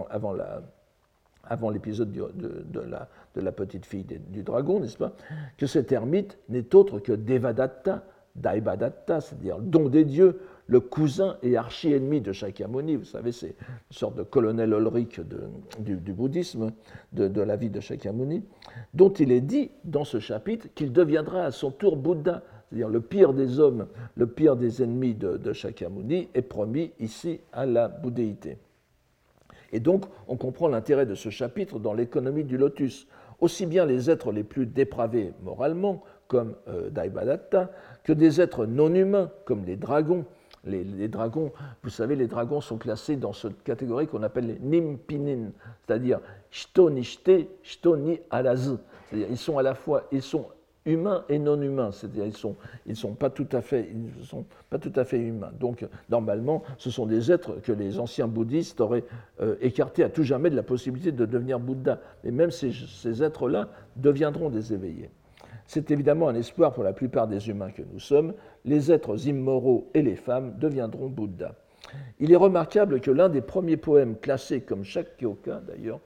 avant l'épisode de la petite fille du dragon, n'est-ce pas, que cet ermite n'est autre que Devadatta, Daibadatta, c'est-à-dire don des dieux, le cousin et archi-ennemi de Shakyamuni. Vous savez, c'est une sorte de colonel Ulrich du bouddhisme, de la vie de Shakyamuni, dont il est dit dans ce chapitre qu'il deviendra à son tour Bouddha, c'est-à-dire le pire des hommes, le pire des ennemis de Shakyamuni, est promis ici à la bouddhéité. Et donc, on comprend l'intérêt de ce chapitre dans l'économie du lotus. Aussi bien les êtres les plus dépravés moralement, comme Daibadatta, que des êtres non humains, comme les dragons. Les dragons, vous savez, les dragons sont classés dans cette catégorie qu'on appelle les nimpinin, c'est-à-dire shito ni shite, shito ni arazu. C'est-à-dire ils sont à la fois, ils sont humains et non humains, c'est-à-dire ils sont pas tout à fait humains. Donc normalement, ce sont des êtres que les anciens bouddhistes auraient écartés à tout jamais de la possibilité de devenir Bouddha. Mais même ces êtres-là deviendront des éveillés. C'est évidemment un espoir pour la plupart des humains que nous sommes. Les êtres immoraux et les femmes deviendront Bouddha. Il est remarquable que l'un des premiers poèmes classés comme Shakkyoka, d'ailleurs,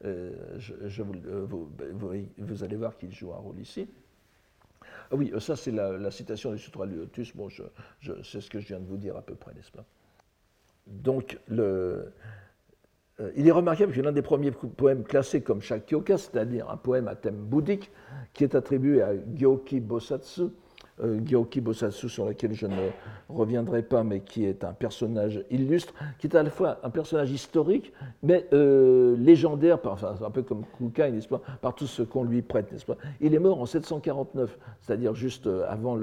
vous allez voir qu'il joue un rôle ici. Ah oui, ça c'est la citation du Sutra du Lotus. Bon, c'est ce que je viens de vous dire à peu près, n'est-ce pas? Donc, il est remarquable que l'un des premiers poèmes classés comme Shakkyoka, c'est-à-dire un poème à thème bouddhique, qui est attribué à Gyoki Bosatsu, Gyoki Bosatsu, sur lequel je ne reviendrai pas, mais qui est un personnage illustre, qui est à la fois un personnage historique, mais légendaire, enfin, un peu comme Kukai, n'est-ce pas, par tout ce qu'on lui prête, n'est-ce pas. Il est mort en 749, c'est-à-dire juste avant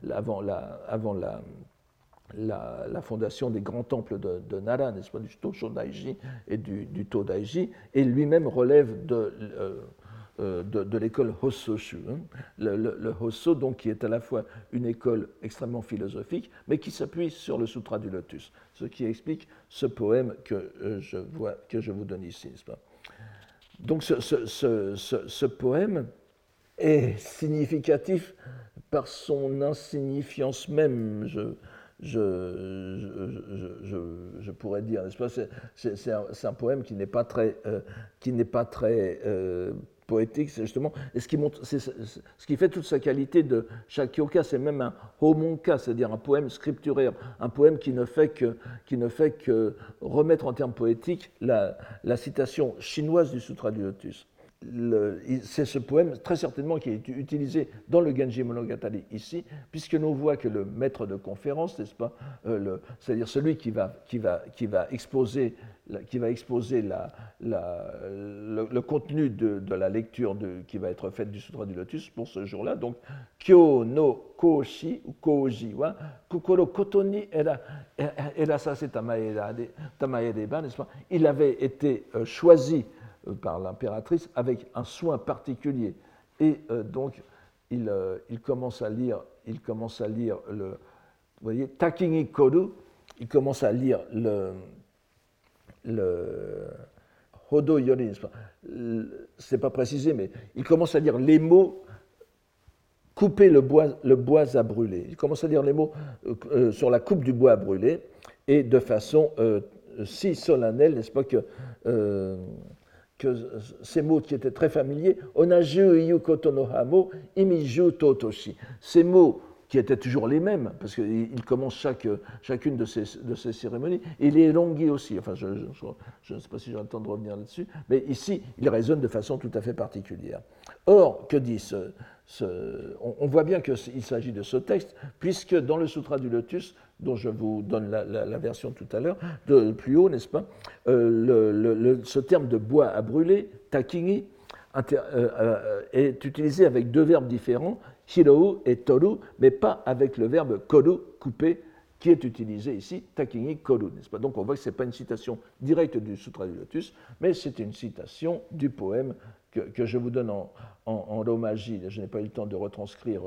la fondation des grands temples de Nara, n'est-ce pas, du Toshodaiji et du Todaiji, et lui-même relève de l'école Hossoshu. Le Hosso, donc, qui est à la fois une école extrêmement philosophique, mais qui s'appuie sur le Sutra du Lotus, ce qui explique ce poème que je vous donne ici, n'est-ce pas. Donc ce poème est significatif par son insignifiance même, je pourrais dire, n'est-ce pas. C'est un poème qui n'est pas très poétique, c'est justement, et ce qui fait toute sa qualité de Shakyoka, c'est même un homonka, c'est-à-dire un poème scripturaire, un poème qui ne fait que remettre en termes poétiques la citation chinoise du Sutra du Lotus. C'est ce poème très certainement qui est utilisé dans le Genji Monogatari ici, puisque l'on voit que le maître de conférence, n'est-ce pas, c'est-à-dire celui qui va exposer le contenu de la lecture qui va être faite du Sutra du Lotus pour ce jour-là, donc Kyo no Koshi ou Koji wa Kokoro Kotoni erasase tamaereba, n'est-ce pas, il avait été choisi par l'impératrice avec un soin particulier. Et donc, il commence à lire le, vous voyez, Takingi Koru, il commence à lire le Hodo Yori, c'est pas précisé, mais il commence à lire les mots couper le bois à brûler. Il commence à lire les mots sur la coupe du bois à brûler, et de façon si solennelle, n'est-ce pas, que ces mots qui étaient très familiers, Onaju Iyu Koto no Hamo, Imiju Totoshi. Ces mots qui étaient toujours les mêmes, parce qu'il commence chacune de ces cérémonies, et les longuis aussi. Enfin, je ne sais pas si j'ai le temps de revenir là-dessus, mais ici, il résonne de façon tout à fait particulière. Or, que dit on voit bien qu'il s'agit de ce texte, puisque dans le Sutra du Lotus, dont je vous donne la version tout à l'heure, plus haut, n'est-ce pas, ce terme de bois à brûler, takingi, est utilisé avec deux verbes différents, hirou et toru, mais pas avec le verbe koru, couper, qui est utilisé ici, takingi koru, n'est-ce pas. Donc on voit que ce n'est pas une citation directe du Sutra du Lotus, mais c'est une citation du poème que je vous donne en romaji. Je n'ai pas eu le temps de retranscrire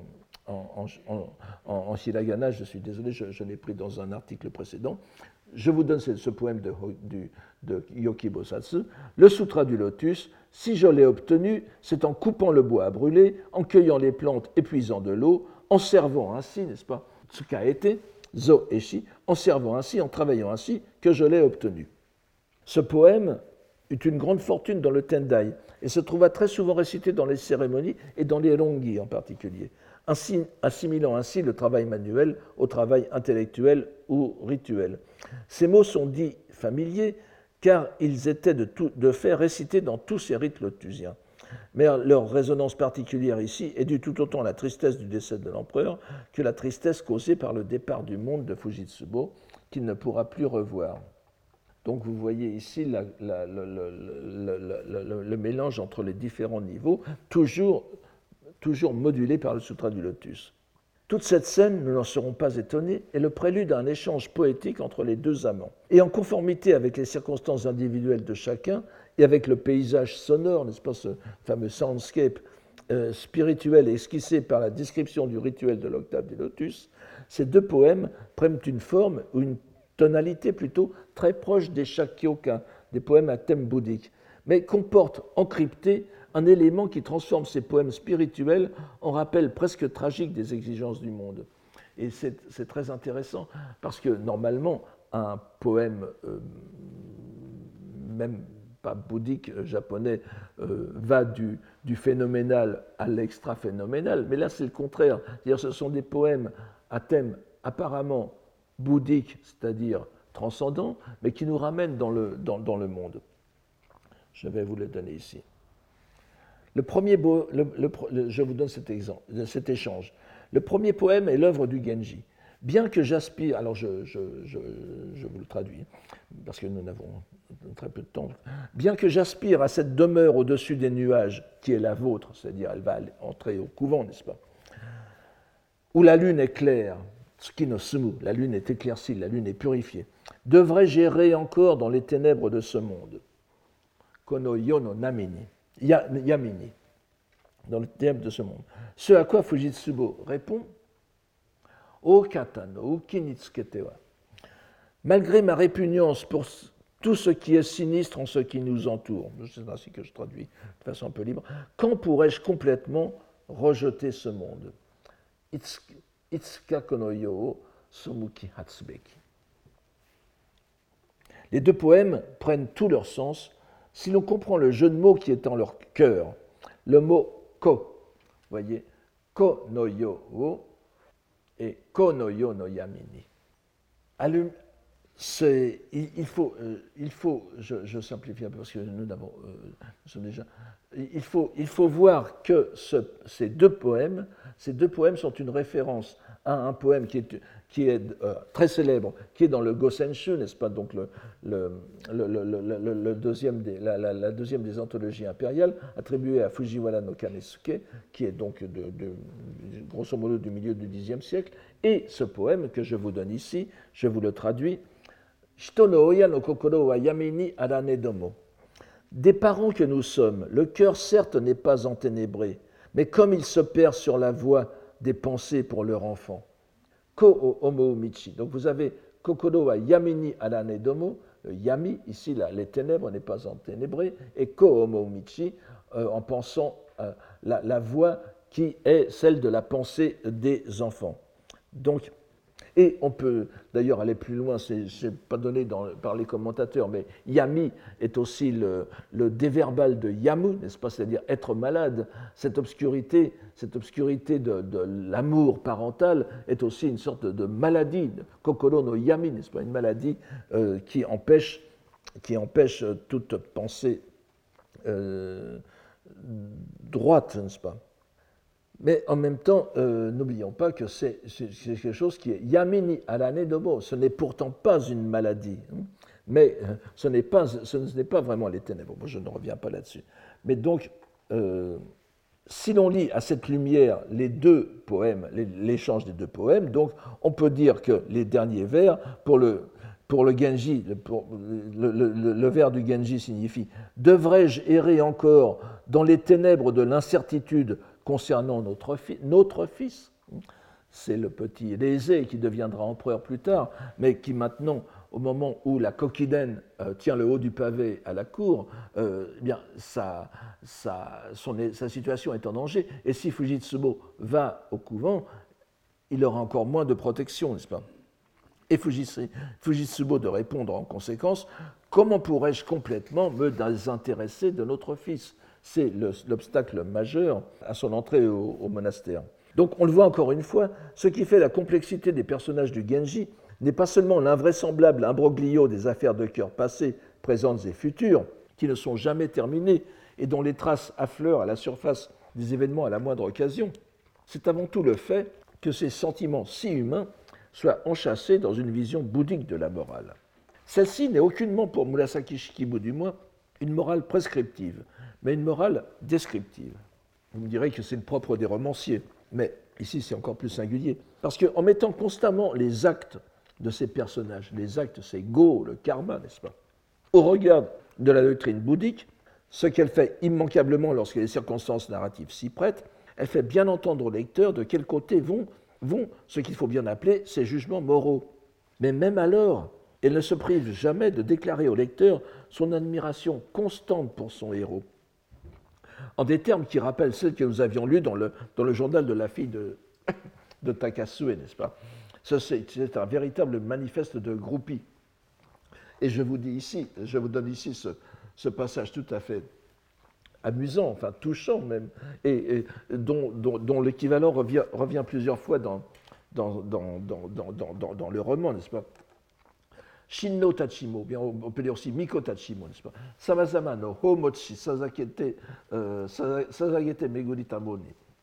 en hiragana, je suis désolé, je l'ai pris dans un article précédent. Je vous donne ce poème de Gyoki Bosatsu. Le Sutra du Lotus, si je l'ai obtenu, c'est en coupant le bois à brûler, en cueillant les plantes et puisant de l'eau, en servant ainsi, n'est-ce pas, Tsukaete, Zo Eshi, en servant ainsi, en travaillant ainsi, que je l'ai obtenu. Ce poème eut une grande fortune dans le Tendai et se trouva très souvent récité dans les cérémonies et dans les rongi en particulier, assimilant ainsi le travail manuel au travail intellectuel ou rituel. Ces mots sont dits familiers car ils étaient de fait récités dans tous ces rites lotusiens. Mais leur résonance particulière ici est due tout autant à la tristesse du décès de l'empereur que la tristesse causée par le départ du monde de Fujitsubo, qu'il ne pourra plus revoir. Donc vous voyez ici le mélange entre les différents niveaux, toujours modulé par le Sutra du Lotus. Toute cette scène, nous n'en serons pas étonnés, est le prélude à un échange poétique entre les deux amants. Et en conformité avec les circonstances individuelles de chacun et avec le paysage sonore, n'est-ce pas, ce fameux soundscape spirituel esquissé par la description du rituel de l'octave du Lotus, ces deux poèmes prennent une forme ou une tonalité plutôt très proche des Shakyoka, des poèmes à thème bouddhique, mais comportent encrypté un élément qui transforme ces poèmes spirituels en rappel presque tragique des exigences du monde. Et c'est très intéressant parce que normalement, un poème, même pas bouddhique japonais, va du phénoménal à l'extra-phénoménal, mais là c'est le contraire. C'est-à-dire ce sont des poèmes à thème apparemment bouddhique, c'est-à-dire transcendant, mais qui nous ramènent dans le monde. Je vais vous le donner ici. Je vous donne cet échange. Le premier poème est l'œuvre du Genji. Bien que j'aspire, alors je vous le traduis, parce que nous n'avons très peu de temps. Bien que j'aspire à cette demeure au-dessus des nuages, qui est la vôtre, c'est-à-dire elle va entrer au couvent, n'est-ce pas, où la lune est claire, Tsukino-sumu, la lune est éclaircie, la lune est purifiée, devrais-je errer encore dans les ténèbres de ce monde, Kono yono namini, yamini, dans les ténèbres de ce monde. Ce à quoi Fujitsubo répond, O kata no uki ni tsukete wa. Malgré ma répugnance pour tout ce qui est sinistre en ce qui nous entoure, c'est ainsi que je traduis de façon un peu libre, quand pourrais-je complètement rejeter ce monde? Itsuka kono yo o somuki hatsubeki. Les deux poèmes prennent tout leur sens si l'on comprend le jeu de mots qui est dans leur cœur. Le mot ko, voyez, ko no yo o et ko no yo no yamini. Il faut, je simplifie un peu parce que nous sommes déjà. Il faut voir que ces deux poèmes sont une référence à un poème qui est très célèbre, qui est dans le Gosenshu, n'est-ce pas, donc la deuxième des anthologies impériales, attribuée à Fujiwara no Kanesuke, qui est donc grosso modo du milieu du Xe siècle, et ce poème que je vous donne ici, je vous le traduis. Shito no oya no kokoro wa yamini arane domo. Des parents que nous sommes, le cœur certes n'est pas enténébré, mais comme il se perd sur la voie des pensées pour leur enfant. Ko o omo michi. Donc vous avez kokoro wa yamini arane domo, yami, ici là, les ténèbres n'est pas enténébré, et ko omo michi, en pensant la voie qui est celle de la pensée des enfants. Donc, et on peut d'ailleurs aller plus loin, ce n'est pas donné par les commentateurs, mais yami est aussi le déverbal de yamu, n'est-ce pas, c'est-à-dire être malade. Cette obscurité de l'amour parental est aussi une sorte de maladie, kokoro no yami, n'est-ce pas, une maladie qui empêche toute pensée droite, n'est-ce pas. Mais en même temps, n'oublions pas que c'est quelque chose qui est yamini arane domo. Ce n'est pourtant pas une maladie, mais ce n'est pas vraiment les ténèbres. Moi, je ne reviens pas là-dessus. Mais donc, si l'on lit à cette lumière les deux poèmes, l'échange des deux poèmes, donc on peut dire que les derniers vers, pour le Genji, le vers du Genji signifie « Devrais-je errer encore dans les ténèbres de l'incertitude concernant notre fils ?» C'est le petit Reizei qui deviendra empereur plus tard, mais qui maintenant, au moment où la Kokiden tient le haut du pavé à la cour, eh bien, sa situation est en danger. Et si Fujitsubo va au couvent, il aura encore moins de protection, n'est-ce pas? Et Fujitsubo de répondre en conséquence, comment pourrais-je complètement me désintéresser de notre fils? C'est l'obstacle majeur à son entrée au monastère. Donc on le voit encore une fois, ce qui fait la complexité des personnages du Genji n'est pas seulement l'invraisemblable imbroglio des affaires de cœur passées, présentes et futures, qui ne sont jamais terminées et dont les traces affleurent à la surface des événements à la moindre occasion, c'est avant tout le fait que ces sentiments si humains soient enchâssés dans une vision bouddhique de la morale. Celle-ci n'est aucunement, pour Murasaki Shikibu du moins, une morale prescriptive, mais une morale descriptive. Vous me direz que c'est le propre des romanciers, mais ici c'est encore plus singulier, parce qu'en mettant constamment les actes de ces personnages, les actes c'est go, le karma, n'est-ce pas, au regard de la doctrine bouddhique, ce qu'elle fait immanquablement lorsque les circonstances narratives s'y prêtent, elle fait bien entendre au lecteur de quel côté vont ce qu'il faut bien appeler ses jugements moraux. Mais même alors, elle ne se prive jamais de déclarer au lecteur son admiration constante pour son héros, en des termes qui rappellent celles que nous avions lues dans le journal de la fille de Takasue, n'est-ce pas? C'est un véritable manifeste de groupie. Et je vous donne ici ce passage tout à fait amusant, enfin touchant même, et dont l'équivalent revient plusieurs fois dans le roman, n'est-ce pas? Shinno Tachimo, bien on peut dire aussi Miko Tachimo, n'est-ce pas? Samazama no Homochi Sazagete Meguritamoni.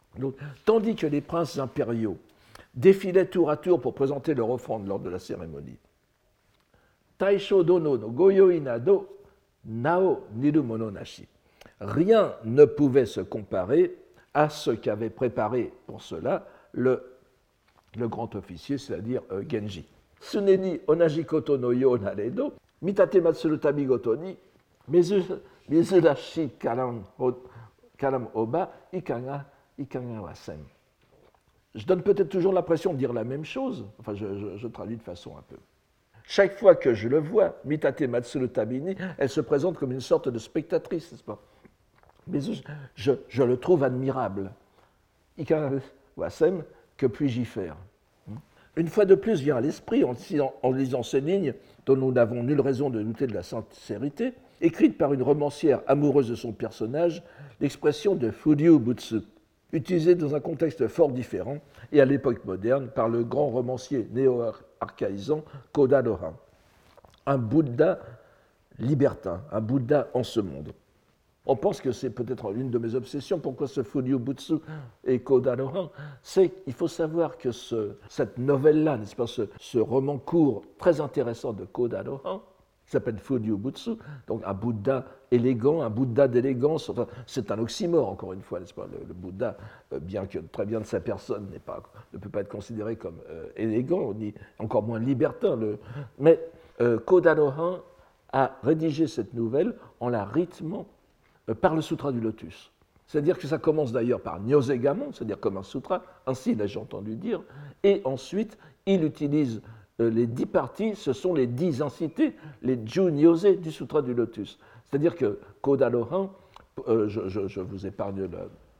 Donc, tandis que les princes impériaux défilaient tour à tour pour présenter leur offrande lors de la cérémonie. Taisho dono no goyoi nado nao niru mono nashi. Rien ne pouvait se comparer à ce qu'avait préparé pour cela le grand officier, c'est-à-dire Genji. Suneni onajikoto no yo naredo, mitate matsuru tabigoto ni mizurashi karam oba ikaga wasen. Je donne peut-être toujours l'impression de dire la même chose, enfin je traduis de façon un peu. Chaque fois que je le vois, Mitate Matsuru Tabini, elle se présente comme une sorte de spectatrice, n'est-ce pas? Mais je le trouve admirable. Ika Wasem, que puis-je y faire? Une fois de plus vient à l'esprit, en lisant ces lignes, dont nous n'avons nulle raison de douter de la sincérité, écrite par une romancière amoureuse de son personnage, l'expression de Furyu Butsu, utilisée dans un contexte fort différent et à l'époque moderne par le grand romancier néo-archaïsant Koda Lohan. Un Bouddha libertin, un Bouddha en ce monde. On pense que c'est peut-être l'une de mes obsessions. Pourquoi ce Furyu Butsu et Koda Lohan? C'est qu'il faut savoir que cette novelle-là, n'est-ce pas, ce roman court très intéressant de Koda Lohan, qui s'appelle Furyu Butsu, donc un Bouddha élégant, un Bouddha d'élégance. Enfin, c'est un oxymore, encore une fois, n'est-ce pas? Le Bouddha, bien que très bien de sa personne, ne peut pas être considéré comme élégant, ni encore moins libertin. Mais Koda Lohan a rédigé cette nouvelle en la rythmant par le Sutra du Lotus. C'est-à-dire que ça commence d'ailleurs par Nyosegamon, c'est-à-dire comme un sutra, ainsi l'ai-je entendu dire, et ensuite il utilise les 10 parties, ce sont les 10 incités, les Ju-Nyose du Sutra du Lotus. C'est-à-dire que Koda Lohan, je vous épargne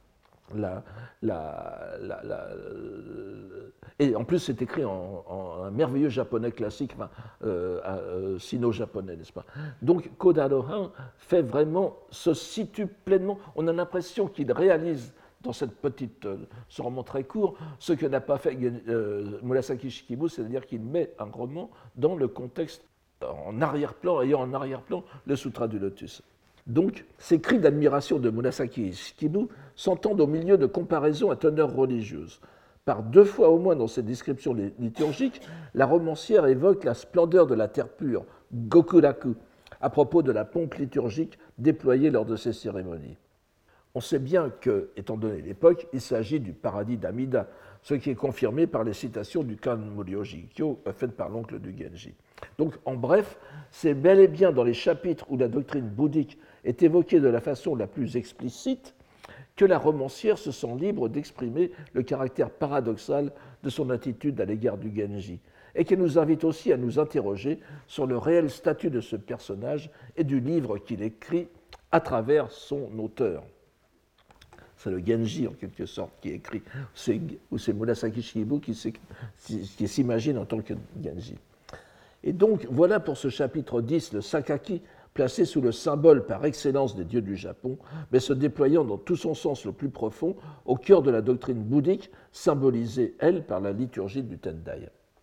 et en plus c'est écrit en un merveilleux japonais classique, sino-japonais, n'est-ce pas? Donc Koda Lohan fait vraiment, se situe pleinement, on a l'impression qu'il réalise dans ce roman très court, ce que n'a pas fait Murasaki Shikibu, c'est-à-dire qu'il met un roman dans le contexte en arrière-plan, ayant en arrière-plan le Sutra du Lotus. Donc, ces cris d'admiration de Murasaki Shikibu s'entendent au milieu de comparaisons à teneur religieuse. Par 2 fois au moins dans ses descriptions liturgiques, la romancière évoque la splendeur de la terre pure, Gokuraku, à propos de la pompe liturgique déployée lors de ces cérémonies. On sait bien que, étant donné l'époque, il s'agit du paradis d'Amida, ce qui est confirmé par les citations du Kan Muryo-jikyo faites par l'oncle du Genji. Donc, en bref, c'est bel et bien dans les chapitres où la doctrine bouddhique est évoquée de la façon la plus explicite que la romancière se sent libre d'exprimer le caractère paradoxal de son attitude à l'égard du Genji, et qu'elle nous invite aussi à nous interroger sur le réel statut de ce personnage et du livre qu'il écrit à travers son auteur. C'est le Genji, en quelque sorte, qui est écrit, ou c'est Murasaki Shikibu qui s'imagine en tant que Genji. Et donc, voilà pour ce chapitre 10, le Sakaki, placé sous le symbole par excellence des dieux du Japon, mais se déployant dans tout son sens le plus profond au cœur de la doctrine bouddhique, symbolisée, elle, par la liturgie du Tendai.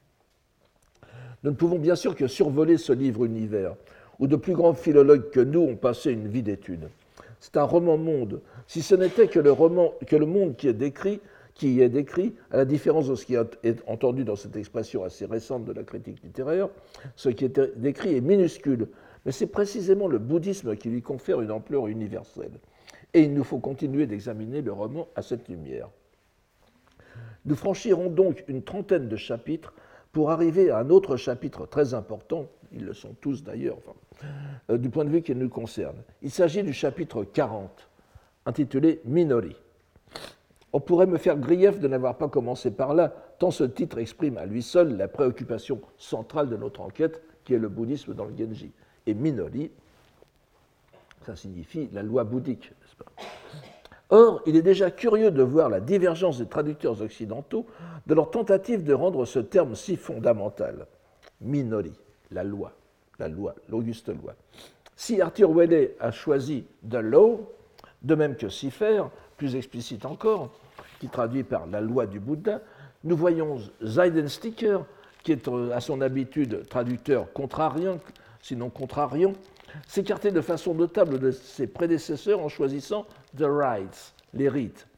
Nous ne pouvons bien sûr que survoler ce livre-univers, où de plus grands philologues que nous ont passé une vie d'études. C'est un roman-monde, si ce n'était que le monde qui y est décrit, à la différence de ce qui est entendu dans cette expression assez récente de la critique littéraire, ce qui est décrit est minuscule, mais c'est précisément le bouddhisme qui lui confère une ampleur universelle. Et il nous faut continuer d'examiner le roman à cette lumière. Nous franchirons donc une trentaine de chapitres pour arriver à un autre chapitre très important, ils le sont tous d'ailleurs, du point de vue qui nous concerne. Il s'agit du chapitre 40, intitulé Minori. On pourrait me faire grief de n'avoir pas commencé par là, tant ce titre exprime à lui seul la préoccupation centrale de notre enquête, qui est le bouddhisme dans le Genji. Et Minori, ça signifie la loi bouddhique, n'est-ce pas? Or, il est déjà curieux de voir la divergence des traducteurs occidentaux de leur tentative de rendre ce terme si fondamental. Minori, la loi, l'auguste loi. Si Arthur Waley a choisi The Law, de même que Cipher, plus explicite encore, qui traduit par la loi du Bouddha, nous voyons Zeidensticker, qui est à son habitude traducteur contrarien, sinon contrariant, s'écarter de façon notable de ses prédécesseurs en choisissant The Rites, les rites,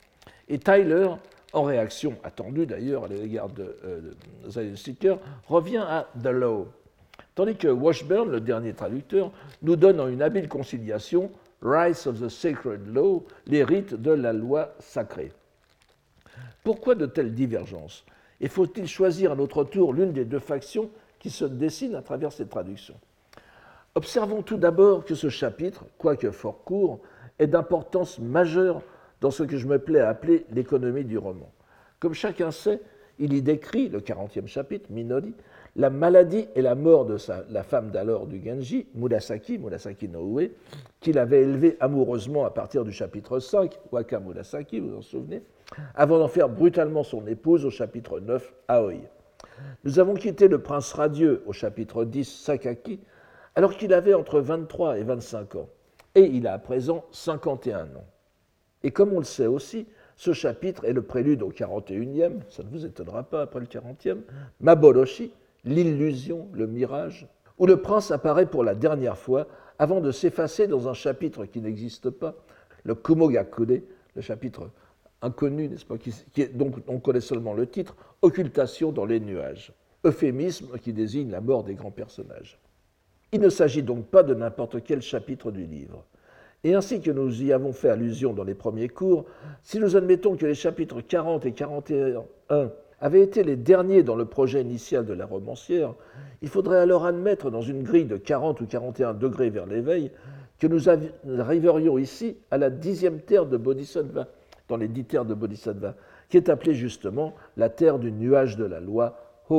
Et Tyler, en réaction attendue d'ailleurs à l'égard de Zion Seeker, revient à The Law, tandis que Washburn, le dernier traducteur, nous donne en une habile conciliation Rites of the Sacred Law, les rites de la loi sacrée. Pourquoi de telles divergences? Et faut-il choisir à notre tour l'une des deux factions qui se dessinent à travers ces traductions? Observons tout d'abord que ce chapitre, quoique fort court, est d'importance majeure dans ce que je me plais à appeler l'économie du roman. Comme chacun sait, il y décrit, le 40e chapitre, Minori, la maladie et la mort de la femme d'alors du Genji, Murasaki no Ue, qu'il avait élevée amoureusement à partir du chapitre 5, Waka Murasaki, vous vous en souvenez, avant d'en faire brutalement son épouse au chapitre 9, Aoi. Nous avons quitté le prince radieux au chapitre 10, Sakaki, alors qu'il avait entre 23 et 25 ans, et il a à présent 51 ans. Et comme on le sait aussi, ce chapitre est le prélude au 41e, ça ne vous étonnera pas après le 40e, Maboroshi, l'illusion, le mirage, où le prince apparaît pour la dernière fois avant de s'effacer dans un chapitre qui n'existe pas, le Kumogakude, le chapitre inconnu, n'est-ce pas, dont on connaît seulement le titre, Occultation dans les nuages, euphémisme qui désigne la mort des grands personnages. Il ne s'agit donc pas de n'importe quel chapitre du livre. Et ainsi que nous y avons fait allusion dans les premiers cours, si nous admettons que les chapitres 40 et 41 avaient été les derniers dans le projet initial de la romancière, il faudrait alors admettre dans une grille de 40 ou 41 degrés vers l'éveil que nous arriverions ici à la 10e terre de Bodhisattva, dans les 10 terres de Bodhisattva, qui est appelée justement la terre du nuage de la loi,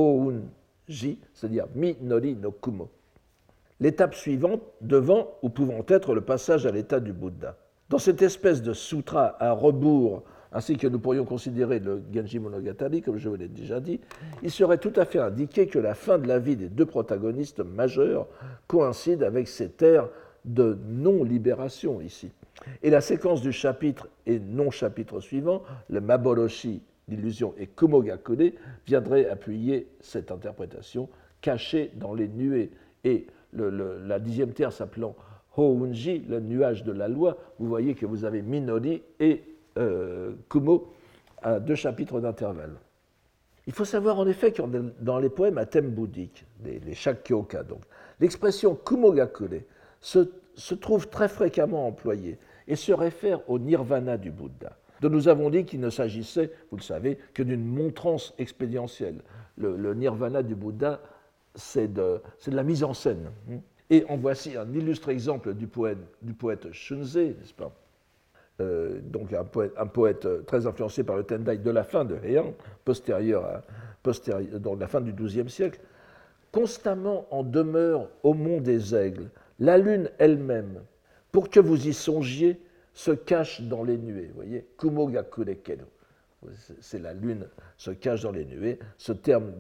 Hounji, c'est-à-dire Minori no Kumo. L'étape suivante devant ou pouvant être le passage à l'état du Bouddha. Dans cette espèce de sutra à rebours, ainsi que nous pourrions considérer le Genji Monogatari, comme je vous l'ai déjà dit, il serait tout à fait indiqué que la fin de la vie des deux protagonistes majeurs coïncide avec cette ère de non-libération ici. Et la séquence du chapitre et non-chapitre suivant, le Maboroshi, l'illusion, et Kumogakude, viendrait appuyer cette interprétation cachée dans les nuées. Et la 10e terre s'appelant Hounji, le nuage de la loi, vous voyez que vous avez Minori et Kumo à 2 chapitres d'intervalle. Il faut savoir en effet que dans les poèmes à thème bouddhique, les Shakkyoka, donc, l'expression Kumogakude se trouve très fréquemment employée et se réfère au nirvana du Bouddha, dont nous avons dit qu'il ne s'agissait, vous le savez, que d'une montrance expédientielle. Le nirvana du Bouddha, c'est de la mise en scène. Et en voici un illustre exemple du poète Shunze, n'est-ce pas? Donc un poète très influencé par le Tendai de la fin de Heian, dans la fin du XIIe siècle. Constamment en demeure au mont des aigles, la lune elle-même, pour que vous y songiez, se cache dans les nuées. Vous voyez, Kumogakude Keno. C'est la lune se cache dans les nuées. Ce terme,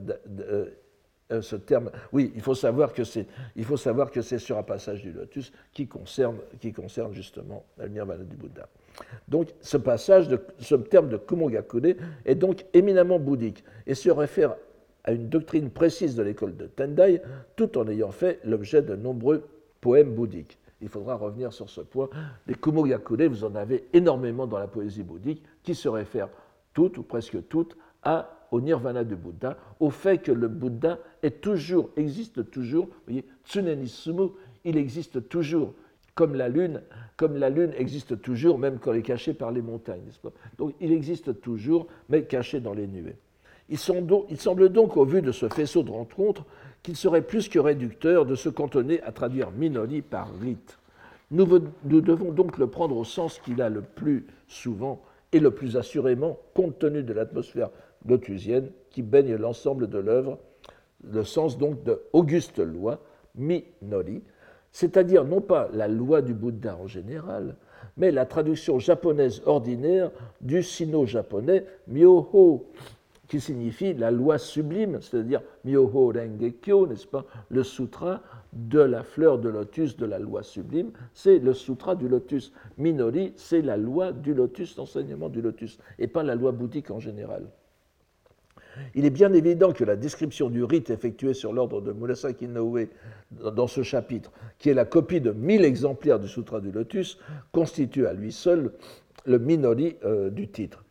oui, il faut savoir que c'est sur un passage du lotus qui concerne justement le nirvana du Bouddha. Donc, ce terme de Kumogakude est donc éminemment bouddhique et se réfère à une doctrine précise de l'école de Tendai, tout en ayant fait l'objet de nombreux poèmes bouddhiques. Il faudra revenir sur ce point. Les Kumogakude, vous en avez énormément dans la poésie bouddhique qui se réfèrent toutes ou presque toutes au nirvana du Bouddha, au fait que le Bouddha existe toujours, vous voyez, tsuneni sumu, il existe toujours, comme la lune existe toujours, même quand elle est cachée par les montagnes, n'est-ce pas? Donc il existe toujours, mais caché dans les nuées. Il semble donc, au vu de ce faisceau de rencontres, qu'il serait plus que réducteur de se cantonner à traduire Minori par rite. Nous devons donc le prendre au sens qu'il a le plus souvent et le plus assurément, compte tenu de l'atmosphère lotusienne qui baigne l'ensemble de l'œuvre, le sens donc de auguste loi, Minori, c'est-à-dire non pas la loi du Bouddha en général, mais la traduction japonaise ordinaire du sino-japonais Myoho, qui signifie la loi sublime, c'est-à-dire Myoho Rengekyo, n'est-ce pas, le sutra de la fleur de lotus de la loi sublime, c'est le sutra du lotus. Minori, c'est la loi du lotus, l'enseignement du lotus, et pas la loi bouddhique en général. Il est bien évident que la description du rite effectué sur l'ordre de Murasaki no Ue dans ce chapitre, qui est la copie de 1000 exemplaires du Sutra du Lotus, constitue à lui seul le Minori du titre.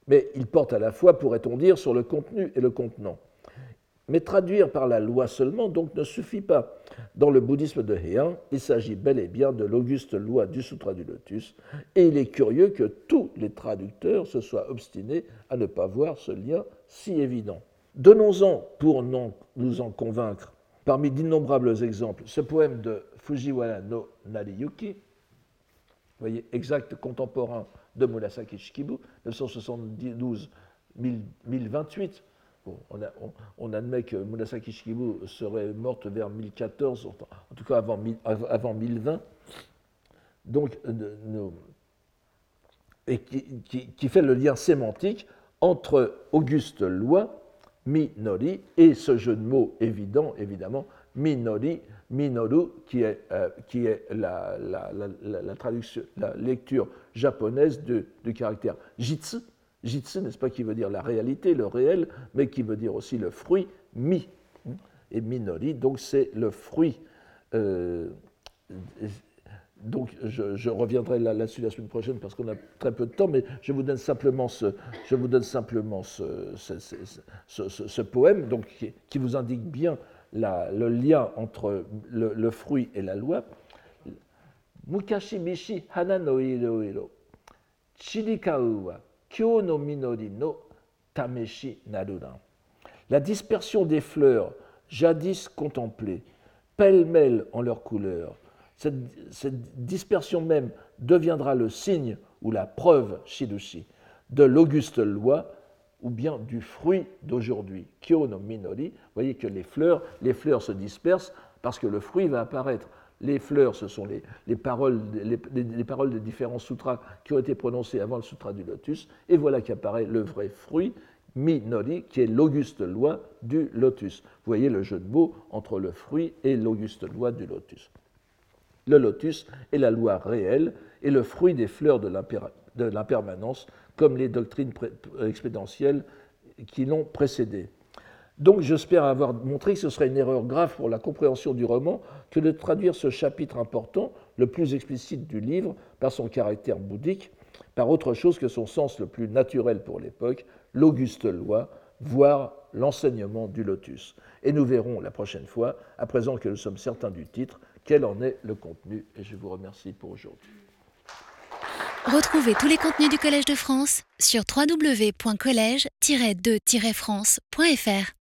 Mais il porte à la fois, pourrait-on dire, sur le contenu et le contenant. Mais traduire par la loi seulement donc ne suffit pas. Dans le bouddhisme de Heian, il s'agit bel et bien de l'auguste loi du Sutra du Lotus, et il est curieux que tous les traducteurs se soient obstinés à ne pas voir ce lien si évident. Donnons-en, pour nous en convaincre, parmi d'innombrables exemples, ce poème de Fujiwara no Nariyuki, vous voyez, exact contemporain de Murasaki Shikibu, 972-1028. Bon, on admet que Murasaki Shikibu serait morte vers 1014, en tout cas avant 1020, donc, et qui fait le lien sémantique entre auguste loi, Minori, et ce jeu de mots évident, évidemment, Minori, Minoru, qui est la traduction, la lecture japonaise du caractère jitsu. Jitsu, n'est-ce pas, qui veut dire la réalité, le réel, mais qui veut dire aussi le fruit, mi. Et Minori, donc c'est le fruit. Donc je reviendrai là-dessus la semaine prochaine parce qu'on a très peu de temps, mais je vous donne simplement ce poème donc, qui vous indique bien le lien entre le fruit et la loi. Mukashi mishi hana no iro iro, chirikau wa kyou no minori no tameshi naruran. La dispersion des fleurs, jadis contemplées, pêle-mêle en leurs couleurs, cette dispersion même deviendra le signe ou la preuve, shirushi, de l'auguste loi ou bien du fruit d'aujourd'hui. Kyo no minori, vous voyez que les fleurs se dispersent parce que le fruit va apparaître. Les fleurs, ce sont les paroles des différents sutras qui ont été prononcées avant le sutra du lotus, et voilà qu'apparaît le vrai fruit, Minori, qui est l'auguste loi du lotus. Vous voyez le jeu de mots entre le fruit et l'auguste loi du lotus. Le lotus est la loi réelle et le fruit des fleurs de l'impermanence, comme les doctrines expédentielles qui l'ont précédé. Donc j'espère avoir montré que ce serait une erreur grave pour la compréhension du roman que de traduire ce chapitre important, le plus explicite du livre, par son caractère bouddhique, par autre chose que son sens le plus naturel pour l'époque, l'auguste loi, voire l'enseignement du lotus. Et nous verrons la prochaine fois, à présent que nous sommes certains du titre, quel en est le contenu. Et je vous remercie pour aujourd'hui. Retrouvez tous les contenus du Collège de France sur www.collège-2-france.fr.